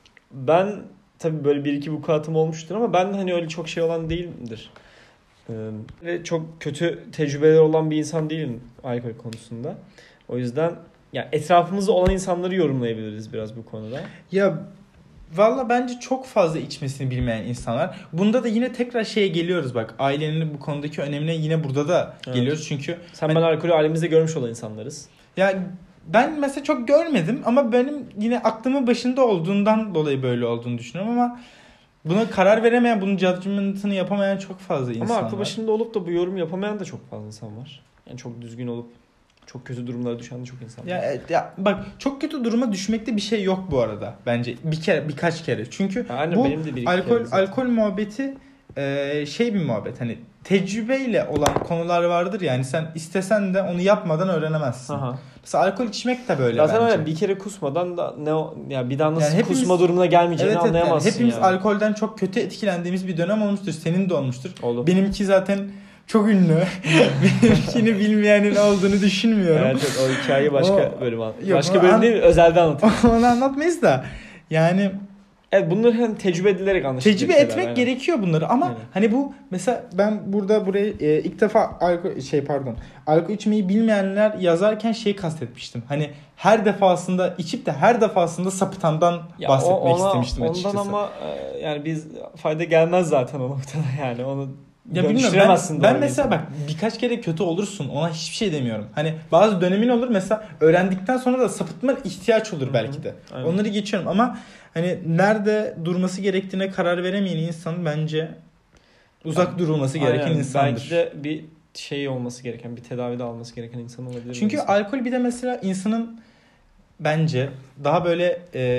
ben tabii böyle bir iki vukuatım olmuştur ama ben hani öyle çok şey olan değilimdir. Ee, ve çok kötü tecrübeler olan bir insan değilim alkol konusunda. O yüzden yani etrafımızda olan insanları yorumlayabiliriz biraz bu konuda. Ya valla bence çok fazla içmesini bilmeyen insanlar. Bunda da yine tekrar şeye geliyoruz bak. Ailenin bu konudaki önemine yine burada da evet. geliyoruz çünkü. Sen ben, ben alkolü ailemizde görmüş olan insanlarız. Ya ben mesela çok görmedim ama benim yine aklımın başında olduğundan dolayı böyle olduğunu düşünüyorum ama buna karar veremeyen, bunun judgment'ını yapamayan çok fazla insan var. Ama aklı başında olup da bu yorum yapamayan da çok fazla insan var. Yani çok düzgün olup çok kötü durumlara düşen de çok insan var. Ya, ya bak çok kötü duruma düşmekte bir şey yok bu arada bence. Bir kere birkaç kere. Çünkü yani bu benim de bir alkol alkol muhabbeti e, şey bir muhabbet. Hani tecrübeyle olan konular vardır yani sen istesen de onu yapmadan öğrenemezsin. Aha. Mesela alkol içmek de böyle zaten bence. Öyle bir kere kusmadan da ne o ya bir daha nasıl yani hepimiz, kusma durumuna gelmeyeceğini evet, anlayamazsın yani. Hepimiz yani. alkolden çok kötü etkilendiğimiz bir dönem olmuştur. Senin de olmuştur. Olur. Benimki zaten çok ünlü. Benimkini bilmeyenin olduğunu düşünmüyorum. Evet, evet o hikayeyi başka o, bölüm an. Başka bölüm an... değil mi? Özelde anlatayım. Onu anlatmayız da. Yani Evet, bunları hani tecrübe edilerek anlaşılacak Tecrübe şeyler, etmek aynen. gerekiyor bunları ama Aynen. hani bu mesela ben burada buraya e, ilk defa alkol şey pardon alkol içmeyi bilmeyenler yazarken şey kastetmiştim. Hani her defasında içip de her defasında sapıtandan Ya bahsetmek o- ona, istemiştim ondan açıkçası. ama e, yani biz fayda gelmez zaten o noktada yani onu Ya bilmiyorum, dönüştüremezsin. ben, ben doğru mesela insan. bak birkaç kere kötü olursun, ona hiçbir şey demiyorum. Hani bazı dönemin olur mesela, öğrendikten sonra da sapıtma ihtiyaç olur belki de. Aynen. Onları geçiyorum ama hani nerede durması gerektiğine karar veremeyen insan bence uzak Yani, durulması gereken aynen, insandır. Belki de bir şey olması gereken, bir tedavide alması gereken insan olabilir. Çünkü insan. alkol bir de mesela insanın bence daha böyle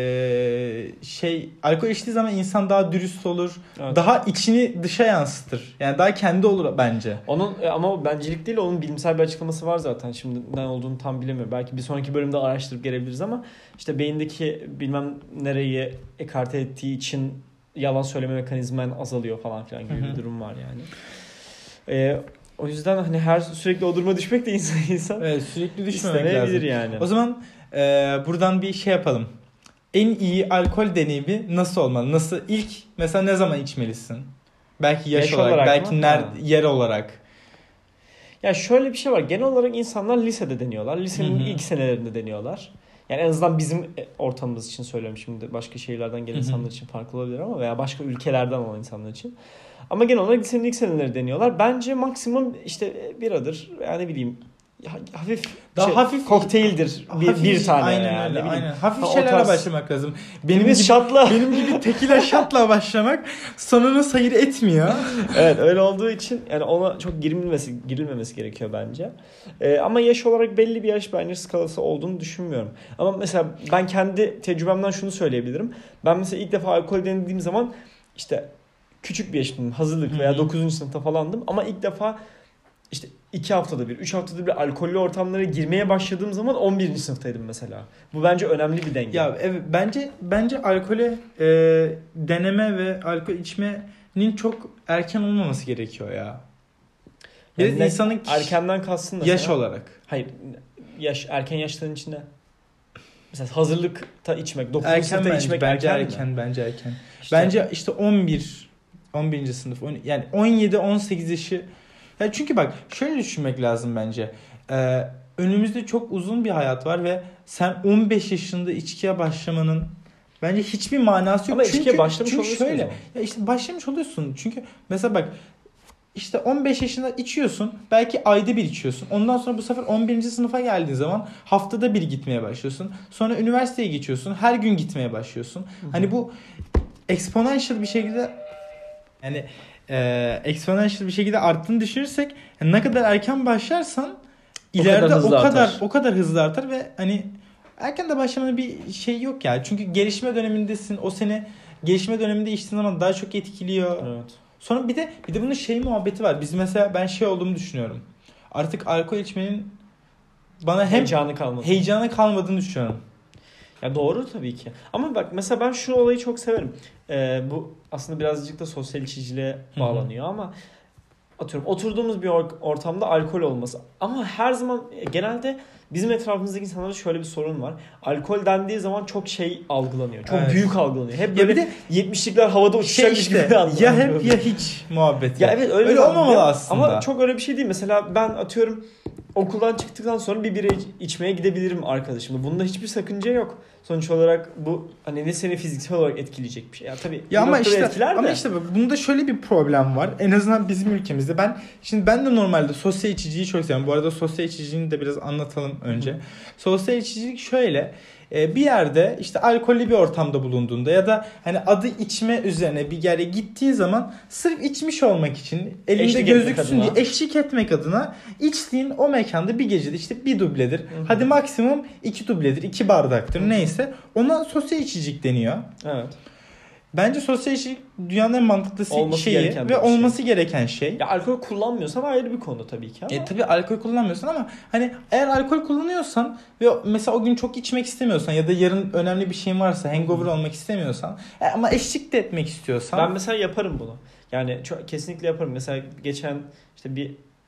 ee, şey alkol içtiği zaman insan daha dürüst olur. Evet. Daha içini dışa yansıtır. Yani daha kendi olur bence. Onun ama o bencilik değil, onun bilimsel bir açıklaması var zaten. Şimdi ne olduğunu tam bilemiyorum. Belki bir sonraki bölümde araştırıp gelebiliriz ama işte beyindeki bilmem nereyi ekarte ettiği için yalan söyleme mekanizman azalıyor falan filan gibi Hı hı. bir durum var yani. Ee, o yüzden hani her sürekli o duruma düşmek de insan insan Evet, sürekli düşmemek lazım. istemeyebilir yani. O zaman e, buradan bir şey yapalım. En iyi alkol deneyimi nasıl olmalı? Nasıl ilk mesela ne zaman içmelisin? Belki yaş, Yaş olarak, olarak belki mı? nerede, Ha. yer olarak. Ya şöyle bir şey var. Genel olarak insanlar lisede deniyorlar. Lisenin Hı hı. ilk senelerinde deniyorlar. Yani en azından bizim ortamımız için söylüyorum şimdi. Başka şehirlerden gelen Hı hı. insanlar için farklı olabilir ama veya başka ülkelerden olan insanlar için. Ama genel olarak lisenin ilk seneleri deniyorlar. Bence maksimum işte biradır. Yani ne bileyim hafif Daha şey, hafif kokteyldir. Bir, hafif, bir tane aynen yani. öyle, Ne bileyim. aynen. Hafif Ha, o şeylerle tarz- başlamak lazım. Benim gibi, Birimiz şatla. benim gibi tekila şatla başlamak sonunu sayır etmiyor. Evet, öyle olduğu için yani ona çok girilmemesi girilmemesi gerekiyor bence. Ee, ama yaş olarak belli bir yaş bence skalası olduğunu düşünmüyorum. Ama mesela ben kendi tecrübemden şunu söyleyebilirim. Ben mesela ilk defa alkol denediğim zaman işte küçük bir yaşımdım. Hazırlık veya Hı hı. dokuzuncu sınıfta falandım. Ama ilk defa işte iki haftada bir, üç haftada bir alkollü ortamlara girmeye başladığım zaman on birinci sınıftaydım mesela. Bu bence önemli bir denge. Ya evet, bence bence alkole e, deneme ve alkol içmenin çok erken olmaması gerekiyor ya. Biraz Yani ne- insanın erkenden kastın da yaş sana- olarak. Hayır, yaş erken yaşların içinde. Mesela hazırlıkta içmek, dokuzuncu Erken sınıfta bence, içmek bence erken, erken, mi? bence erken. İşte- Bence işte on bir on birinci sınıf on, yani on yedi on sekiz yaşı. Ya çünkü bak şöyle düşünmek lazım bence. Ee, önümüzde çok uzun bir hayat var ve sen on beş yaşında içkiye başlamanın bence hiçbir manası yok. Ama çünkü, içkiye başlamış çünkü oluyorsun o şöyle. zaman. Ya işte başlamış oluyorsun. Çünkü mesela bak işte on beş yaşında içiyorsun. Belki ayda bir içiyorsun. Ondan sonra bu sefer on birinci sınıfa geldiğin zaman haftada bir gitmeye başlıyorsun. Sonra üniversiteye geçiyorsun. Her gün gitmeye başlıyorsun. Hı hı. Hani bu exponential bir şekilde yani e, exponential bir şekilde arttığını düşünürsek yani ne kadar erken başlarsan O ileride kadar hızlı o kadar artar. o kadar hızlı artar ve hani erken de başlamanın bir şey yok ya. Çünkü gelişme dönemindesin. O seni gelişme döneminde içtiğin zaman daha çok etkiliyor. Evet. Sonra bir de bir de bunun şey muhabbeti var. Biz mesela ben şey olduğumu düşünüyorum. Artık alkol içmenin bana hem Heyecanı kalmadı. heyecanı kalmadığını düşünüyorum. Ya doğru tabii ki. Ama bak mesela ben şu olayı çok severim. Ee, bu aslında birazcık da sosyal içiciliğe bağlanıyor ama atıyorum oturduğumuz bir or- ortamda alkol olması. Ama her zaman genelde bizim etrafımızdaki insanlarda şöyle bir sorun var. Alkol dendiği zaman çok şey algılanıyor. Çok Evet. büyük algılanıyor. Hep Ya böyle bir de yetmişlikler havada Şey uçacakmış işte gibi algılanıyor. ya hep ya hiç muhabbeti. Ya evet öyle, öyle olmamalı zannediyorum. aslında. Ama çok öyle bir şey değil. Mesela ben atıyorum okuldan çıktıktan sonra bir bira iç- içmeye gidebilirim arkadaşımla. Bunda hiçbir sakınca yok. Sonuç olarak bu hani ne seni fiziksel olarak etkileyecek bir şey. Ya tabii Ya bir ama noktada işte etkiler de. ama işte bak bunda şöyle bir problem var. En azından bizim ülkemizde. Ben şimdi ben de normalde sosyal içiciyi çok seviyorum. Bu arada sosyal içiciliğini de biraz anlatalım önce. Hı hı. Sosyal içicilik şöyle. Bir yerde işte alkollü bir ortamda bulunduğunda ya da hani adı içme üzerine bir yere gittiği zaman sırf içmiş olmak için elinde Eşlik gözüksün etmek diye eşlik etmek adına içtiğin o mekanda bir gecede işte bir dubledir. Hı hı. Hadi maksimum iki dubledir, iki bardaktır neyse. Ona sosyal içicilik deniyor. Evet. Bence sosyal içicilik dünyanın en mantıklı Olması şeyi gereken ve bir şey. olması gereken şey. Ya alkol kullanmıyorsan ayrı bir konu tabii ki ama. E tabii alkol kullanmıyorsun ama hani eğer alkol kullanıyorsan ve mesela o gün çok içmek istemiyorsan ya da yarın önemli bir şeyin varsa hangover olmak istemiyorsan e, ama eşlik de etmek istiyorsan. Ben mesela yaparım bunu. Yani çok, kesinlikle yaparım. Mesela geçen işte bir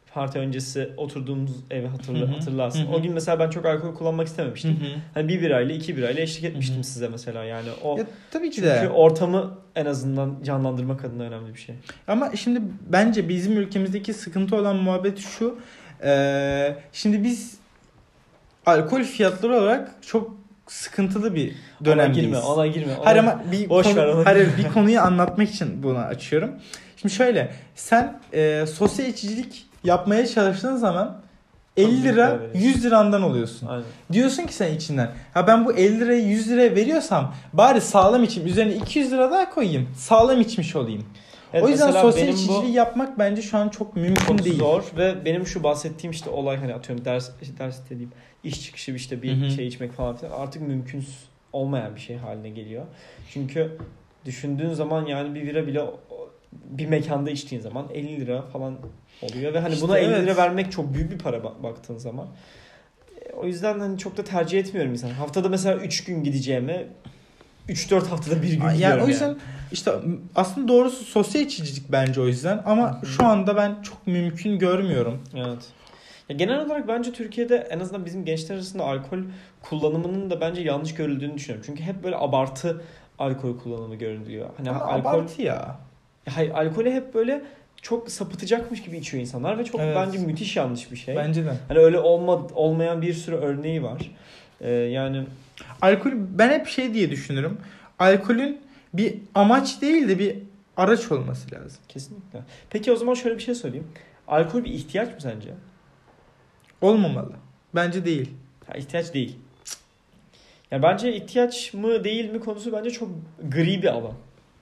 parti öncesi oturduğumuz evi hatırla, Hı hı. hatırlarsın. Hı hı. O gün mesela ben çok alkol kullanmak istememiştim. Hı hı. Hani bir birayla iki birayla eşlik etmiştim Hı hı. size mesela yani. O Ya, tabii ki çünkü de. ortamı en azından canlandırmak adına önemli bir şey. Ama şimdi bence bizim ülkemizdeki sıkıntı olan muhabbet şu. Ee, şimdi biz alkol fiyatları olarak çok sıkıntılı bir dönemdeyiz. Ona girme, ona girme. Ona... Hayır ama bir, Boş konu, ver onu. hayır, bir konuyu anlatmak için bunu açıyorum. Şimdi şöyle, sen e, sosyal içicilik yapmaya çalıştığın zaman elli lira yüz lirandan oluyorsun. Aynen. Diyorsun ki sen içinden, ha ben bu elli lirayı yüz liraya veriyorsam bari sağlam içeyim. Üzerine iki yüz lira daha koyayım. Sağlam içmiş olayım. Evet, o yüzden sosyal içiciliği yapmak bence şu an çok mümkün çok değil. Zor ve benim şu bahsettiğim işte olay hani atıyorum ders ders dediğim iş çıkışı işte bir Hı-hı. şey içmek falan filan artık mümkün olmayan bir şey haline geliyor. Çünkü düşündüğün zaman yani bir bira bile bir mekanda içtiğin zaman elli lira falan oluyor ve hani işte buna evet. elli lira vermek çok büyük bir para baktığın zaman. O yüzden hani çok da tercih etmiyorum insan. Haftada mesela üç gün gideceğime üç dört haftada bir gün yani gidiyorum o yüzden yani. işte aslında doğrusu sosyal içicilik bence o yüzden ama Hı-hı. şu anda ben çok mümkün görmüyorum. Evet. Ya genel olarak bence Türkiye'de en azından bizim gençler arasında alkol kullanımının da bence yanlış görüldüğünü düşünüyorum. Çünkü hep böyle abartı alkol kullanımı görülüyor. Hani ama alkol abartı ya. Hayır, alkolü hep böyle çok sapıtacakmış gibi içiyor insanlar ve çok evet. bence müthiş yanlış bir şey. Bence de. Hani öyle olma, olmayan bir sürü örneği var. Ee, yani alkol ben hep şey diye düşünürüm. Alkolün bir amaç değil de bir araç olması lazım. Kesinlikle. Peki o zaman şöyle bir şey söyleyeyim. Alkol bir ihtiyaç mı sence? Olmamalı. Bence değil. Ha, ihtiyaç değil. Ya bence ihtiyaç mı değil mi konusu bence çok gri bir alan.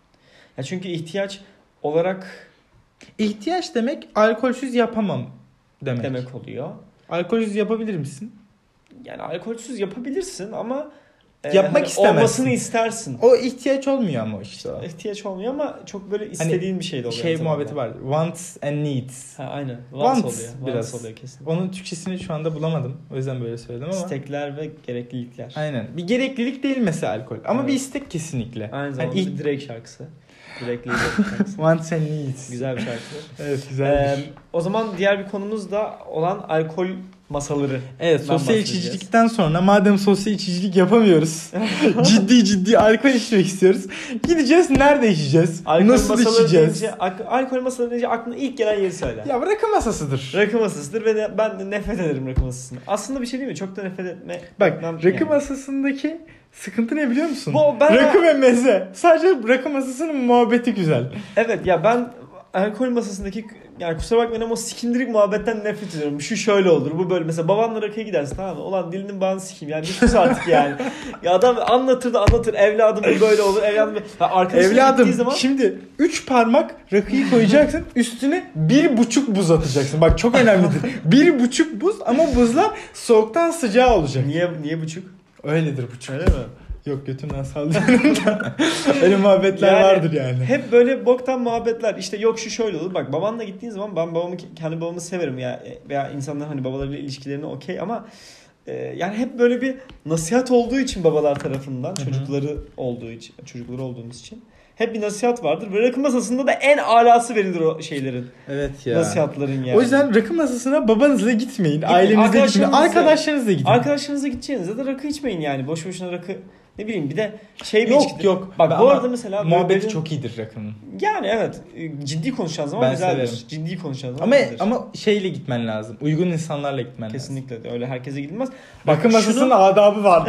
Ya çünkü ihtiyaç olarak ihtiyaç demek alkolsüz yapamam demek. Demek oluyor. Alkolsüz yapabilir misin? Yani alkolsüz yapabilirsin ama yapmak hani istemezsin. Olmasını istersin. O ihtiyaç olmuyor ama işte. İhtiyaç olmuyor ama çok böyle istediğin hani bir şey de oluyor. Şey muhabbeti vardır. Wants and needs. Ha aynen. Wants, Wants oluyor. Biraz. Wants oluyor kesinlikle. Onun Türkçesini şu anda bulamadım. O yüzden böyle söyledim ama. İstekler ve gereklilikler. Aynen. Bir gereklilik değil mesela alkol. Ama evet. bir istek kesinlikle. Aynı zamanda yani bir Drake şarkısı. Drake'li şarkısı. Wants and needs. Güzel bir şarkı. Evet güzel. Ee, o zaman diğer bir konumuz da olan alkol masaları. Evet, sosyal içicilikten sonra madem sosyal içicilik yapamıyoruz. ciddi ciddi alkol içmek istiyoruz. Gideceğiz, nerede içeceğiz? Alkol Nasıl içeceğiz? Deyince, alkol masaları deyince aklına ilk gelen yeri söyle. Ya rakı masasıdır. Rakı masasıdır ve de, ben de nefret ederim rakı masasını. Aslında bir şey değil mi? Çok da nefret etme. Bak rakı yani. Masasındaki sıkıntı ne biliyor musun? Bu, ben rakı ve meze. Sadece rakı masasının muhabbeti güzel. Evet ya ben alkol masasındaki yani kusura bakmayın ama o sikindirik muhabbetten nefret ediyorum. Şu şöyle olur, bu böyle. Mesela babanla rakıya gidersin, tamam mı? Ulan dilinin bağını sikeyim yani. Bir sus artık yani. Ya adam anlatır da anlatır. Evladım bu böyle olur. Evladım Evladım zaman... şimdi üç parmak rakıyı koyacaksın. Üstüne bir buçuk buz atacaksın. Bak çok önemlidir. bir buçuk buz ama buzlar soğuktan sıcağı olacak. Niye niye buçuk? Öyledir buçuk. Öyle mi? Yok götümden sallıyorum da. Öyle muhabbetler yani, vardır yani. Hep böyle boktan muhabbetler. İşte yok şu şöyle olur. Bak babanla gittiğin zaman ben babamı kendi babamı severim ya veya insanlar hani babalarıyla ilişkilerini okey ama e, yani hep böyle bir nasihat olduğu için babalar tarafından, Hı-hı. çocukları olduğu için, çocukları olduğumuz için hep bir nasihat vardır. Ve rakı masasında da en alası verilir o şeylerin. Evet ya. Nasihatların yani. O yüzden rakı masasına babanızla gitmeyin. Ailenizle gitmeyin. Arkadaşlarınızla gidin. Arkadaşlarınızla gideceğinizde de rakı içmeyin yani. Boş boşuna rakı ne bileyim bir de şey mi yok içkidir? yok. Bak ben bu arada mesela muhabbeti böyle... çok iyidir rakının. Yani evet ciddi konuşacağın zaman ben güzeldir. Severim. Ciddi konuşacağın zaman ama güzeldir. Ama şeyle gitmen lazım. Uygun insanlarla gitmen Kesinlikle lazım. Kesinlikle öyle herkese gidilmez. Rakı masasının şunu... adabı vardır.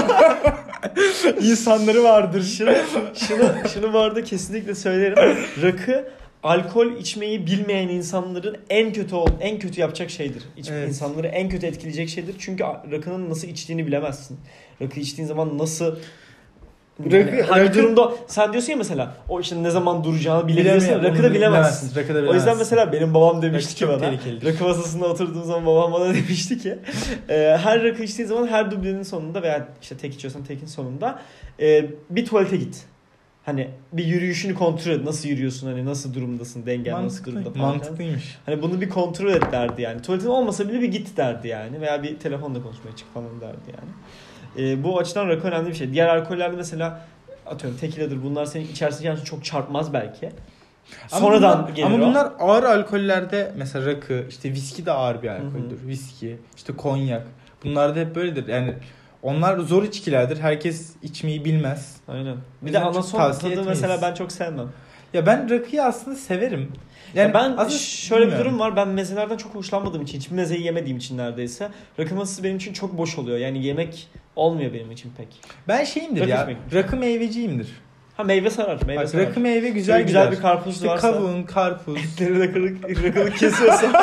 İnsanları vardır. Şunu şunu şunu bu arada kesinlikle söylerim. Rakı alkol içmeyi bilmeyen insanların en kötü en kötü yapacak şeydir. İç, evet. İnsanları en kötü etkileyecek şeydir. Çünkü rakının nasıl içtiğini bilemezsin. Rakı içtiğin zaman nasıl rakı, yani hangi rakı... durumda sen diyorsun ya mesela o işte ne zaman duracağını bilebilirsin. Rakı da bilemezsin. Rakı da bilemezsin. O yüzden mesela benim babam demişti rakı ki bana. Rakı masasında oturduğum zaman babam bana demişti ki e, her rakı içtiğin zaman her dublenin sonunda veya işte tek içiyorsan tekin sonunda e, bir tuvalete git. Hani bir yürüyüşünü kontrol et. Nasıl yürüyorsun? Hani nasıl durumdasın? Dengen Mantıklı, nasıl durumda falan. Mantıklıymış. Hani bunu bir kontrol et derdi yani. Tuvaletin olmasa bile bir git derdi yani. Veya bir telefonla konuşmaya çık falan derdi yani. Ee, bu açıdan rakı önemli bir şey. Diğer alkollerde mesela atıyorum tekiladır. Bunlar senin içersin yani çok çarpmaz belki. Sonradan ama bunlar, gelir ama o. bunlar ağır alkollerde mesela rakı, işte viski de ağır bir alkoldür. Hı hı. Viski, işte konyak. Bunlar da hep böyledir. Yani onlar zor içkilerdir. Herkes içmeyi bilmez. Aynen. Bir de anason tadı mesela ben çok sevmem. Ya ben rakıyı aslında severim. Yani ya ben şöyle bilmiyorum. Bir durum var. Ben mezelerden çok hoşlanmadığım için, hiçbir mezeyi yemediğim için neredeyse rakı masası benim için çok boş oluyor. Yani yemek olmuyor benim için pek. Ben şeyimdir rakı ya. Rakı meyveciyimdir. Ha meyve sarar. Meyve Bak, sarar. Rakı meyve güzel Şöyle güzel bir karpuz işte varsa. Kavun, karpuz. Etleri de kırık, rakılık kesiyorsa.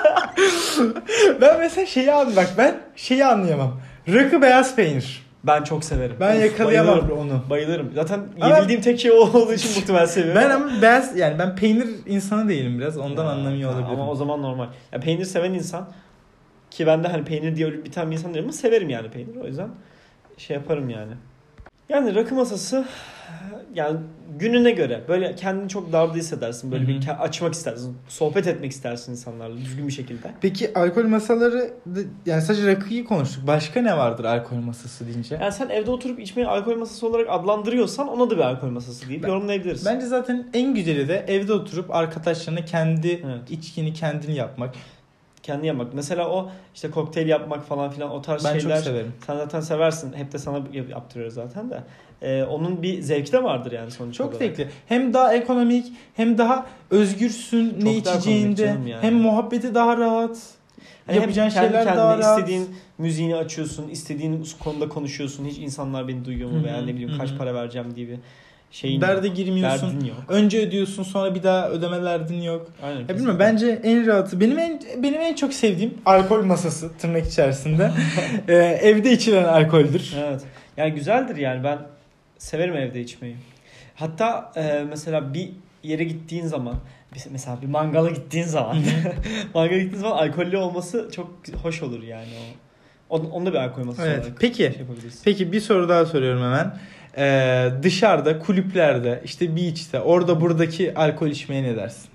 Ben mesela şeyi anlıyorum. Bak ben şeyi anlayamam. Rakı beyaz peynir. Ben çok severim. Ben yakalayamam bayılırım. onu. Bayılırım. Zaten ama yebildiğim tek şey o olduğu için muhtemelen seviyorum. Ben ama beyaz yani ben peynir insanı değilim biraz. Ondan ya, anlamıyor olabilirim. Ama o zaman normal. Ya peynir seven insan ki ben de hani peynir diye ölüp biten bir insan değilim ama severim yani peynir. O yüzden şey yaparım yani. Yani rakı masası yani gününe göre böyle kendini çok darda hissedersin. Böyle Hı-hı. bir açmak istersin. Sohbet etmek istersin insanlarla düzgün bir şekilde. Peki alkol masaları yani sadece rakıyı konuştuk. Başka ne vardır alkol masası deyince? Yani sen evde oturup içmeyi alkol masası olarak adlandırıyorsan ona da bir alkol masası deyip ben, yorumlayabiliriz. Bence zaten en güzeli de evde oturup arkadaşlarına kendi evet. içkini kendini yapmak. Kendi yapmak. Mesela o işte kokteyl yapmak falan filan o tarz ben şeyler. Çok severim. Sen zaten seversin. Hep de sana yaptırıyoruz zaten de. Ee, onun bir zevki de vardır yani sonuç çok olarak. Çok zevkli. Hem daha ekonomik hem daha özgürsün çok ne içeceğinde. Yani. Hem muhabbeti daha rahat. Yani yapacağın şeyler daha rahat. İstediğin müziğini açıyorsun. İstediğin konuda konuşuyorsun. Hiç insanlar beni duyuyor mu? Hı-hı. Veya ne bileyim Hı-hı. kaç para vereceğim diye bir şeyin derde girmiyorsun. Önce ödüyorsun sonra bir daha ödeme derdin yok. Aynen. Ya bilmiyorum bence en rahatı benim en benim en çok sevdiğim alkol masası tırnak içerisinde. ee, evde içilen alkoldür. Evet. Yani güzeldir yani ben severim evde içmeyi. Hatta e, mesela bir yere gittiğin zaman mesela bir mangala gittiğin zaman mangala gittiğin zaman alkollü olması çok hoş olur yani o. Onu da bir alkol masası evet. olarak Peki. Şey peki bir soru daha soruyorum hemen. Ee, dışarıda, kulüplerde, işte beach'te, orada buradaki alkol içmeye ne dersin?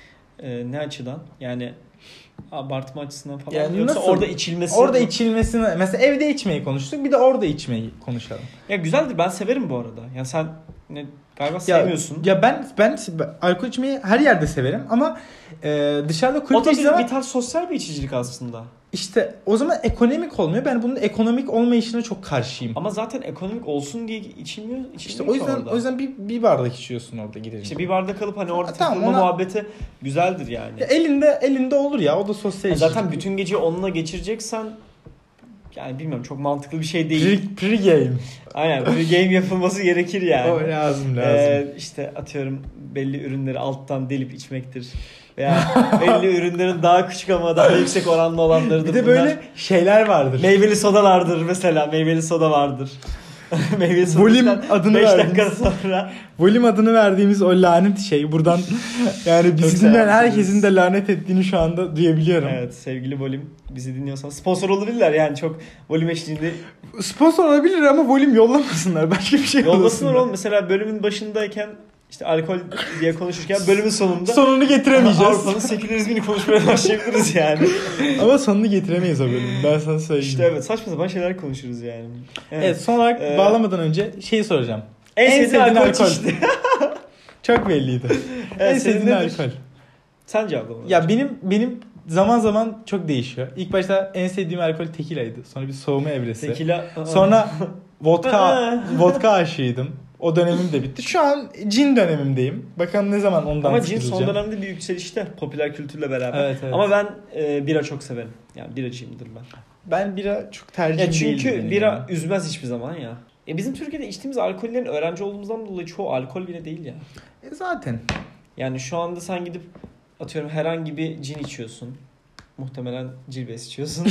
Ee, ne açıdan? Yani abartma açısından falan yani yoksa nasıl? Orada içilmesi Orada içilmesini mesela evde içmeyi konuştuk, bir de orada içmeyi konuşalım. Ya güzeldir, ben severim bu arada. Yani sen ne galiba sevmiyorsun. Ya, ya ben ben alkol içmeyi her yerde severim ama e, dışarıda kulüpte o da bir, zaman, bir tarz sosyal bir içicilik aslında. İşte o zaman ekonomik olmuyor. Ben bunun ekonomik olmayışına çok karşıyım. Ama zaten ekonomik olsun diye içilmiyor. içilmiyor işte o yüzden orada. o yüzden bir bir bardak içiyorsun orada gidince. İşte bir bardak alıp hani orada takılma tamam, ona... muhabbeti güzeldir yani. Ya elinde elinde olur ya, o da sosyal. Ya zaten bütün geceyi onunla geçireceksen yani bilmiyorum, çok mantıklı bir şey değil. Pre, pre-game. Aynen, pre-game yapılması gerekir yani. O lazım lazım. Ee, işte atıyorum belli ürünleri alttan delip içmektir. Veya belli ürünlerin daha küçük ama daha yüksek oranlı olanlarıdır. Bir de bunlar. böyle şeyler vardır. Meyveli sodalardır mesela. Meyveli soda vardır. Meyveli soda. Volüm adını beş verdiğimiz, dakika sonra. Volüm adını verdiğimiz o lanet şey. Buradan yani bizi dinleyen herkesin de lanet ettiğini şu anda duyabiliyorum. Evet, sevgili Volüm, bizi dinliyorsan sponsor olabilirler yani, çok Volüm eşliğinde. Sponsor olabilir ama Volüm yollamasınlar. Başka bir şey yollasınlar. Yollasınlar oğlum. Mesela bölümün başındayken İşte alkol diye konuşurken bölümün sonunda sonunu getiremeyeceğiz. Avrupa'nın sekülerizmini konuşmaya başlayabiliriz yani. Ama sonunu getiremeyiz o bölümün. Ben sana söyleyeyim. İşte evet, saçma sapan şeyler konuşuruz yani. Evet, evet son olarak ee, bağlamadan önce şeyi soracağım. En, en sevdiğin, sevdiğin alkol. alkol. Çok belliydi. Evet, en sevdiğin alkol. Sen cevapla. Ya benim benim zaman zaman çok değişiyor. İlk başta en sevdiğim alkol tekila'ydı. Sonra bir soğuma evresi. Tekila. Sonra vodka vodka aşığıydım. O dönemim de bitti. Şu an cin dönemimdeyim. Bakalım ne zaman ondan Ama cin son dönemde bir yükselişte popüler kültürle beraber. Evet, evet. Ama ben e, bira çok severim. Yani biracıyımdır ben. Ben bira çok tercih değilim. Çünkü bira yani. Üzmez hiçbir zaman ya. E bizim Türkiye'de içtiğimiz alkollerin öğrenci olduğumuzdan dolayı çoğu alkol bile değil ya. E zaten. Yani şu anda sen gidip atıyorum herhangi bir cin içiyorsun. Muhtemelen cilves içiyorsun.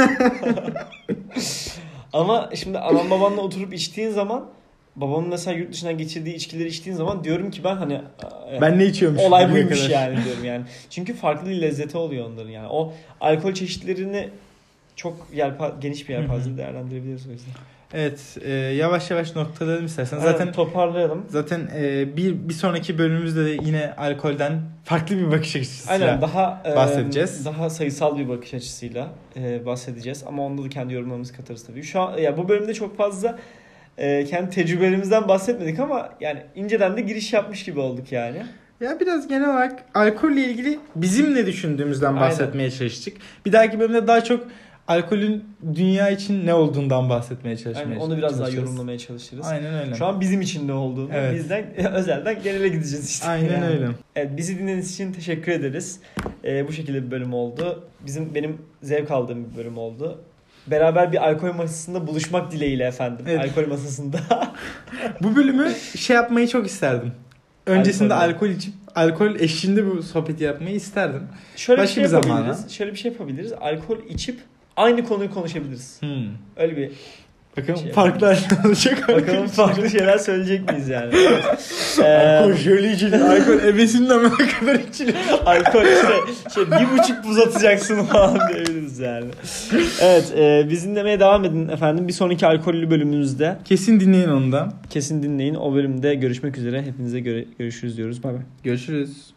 Ama şimdi anan babanla oturup içtiğin zaman, babamın mesela yurt dışından geçirdiği içkileri içtiğin zaman diyorum ki ben hani ben ne içiyormuşum, olay buymuş yani diyorum yani. Çünkü farklı bir lezzeti oluyor onların yani. O alkol çeşitlerini çok yelpa, geniş bir yelpazede değerlendirebiliriz o yüzden. Evet, e, yavaş yavaş noktalayalım istersen. Zaten evet, toparlayalım. Zaten e, bir bir sonraki bölümümüzde de yine alkolden farklı bir bakış açısıyla Aynen, daha bahsedeceğiz. E, daha sayısal bir bakış açısıyla e, bahsedeceğiz ama onda da kendi yorumlarımızı katarız tabii. Şu an ya bu bölümde çok fazla e, kendi tecrübelerimizden bahsetmedik ama yani inceden de giriş yapmış gibi olduk yani. Ya biraz genel olarak alkolle ilgili bizim ne düşündüğümüzden bahsetmeye Aynen. çalıştık. Bir dahaki bölümde daha çok alkolün dünya için ne olduğundan bahsetmeye çalışmaya Aynen, onu biraz daha yorumlamaya çalışırız. Aynen öyle. Şu an bizim için ne olduğunu evet. bizden özelden genele gideceğiz işte. Aynen yani. öyle. Evet, bizi dinlediğiniz için teşekkür ederiz. Ee, bu şekilde bir bölüm oldu. Bizim benim zevk aldığım bir bölüm oldu. Beraber bir alkol masasında buluşmak dileğiyle efendim. Evet. Alkol masasında. Bu bölümü şey yapmayı çok isterdim. Öncesinde alkol, alkol içip alkol eşliğinde bu sohbeti yapmayı isterdim. Şöyle Başka bir şey yapabiliriz. Zamana. Şöyle bir şey yapabiliriz. Alkol içip aynı konuyu konuşabiliriz. Hmm. Öyle bir Bakalım şey farklı olacak. Bakalım farklı şeyler söyleyecek miyiz yani? Alkol şöyle içilir. Alkol ebesinden ne kadar içilir. Alkol işte şey, bir buçuk buz atacaksın falan diyebiliriz yani. Evet, e, biz dinlemeye devam edin efendim. Bir sonraki alkollü bölümümüzde. Kesin dinleyin onu da. Kesin dinleyin. O bölümde görüşmek üzere. Hepinize göre, görüşürüz diyoruz. Bay bay. Görüşürüz.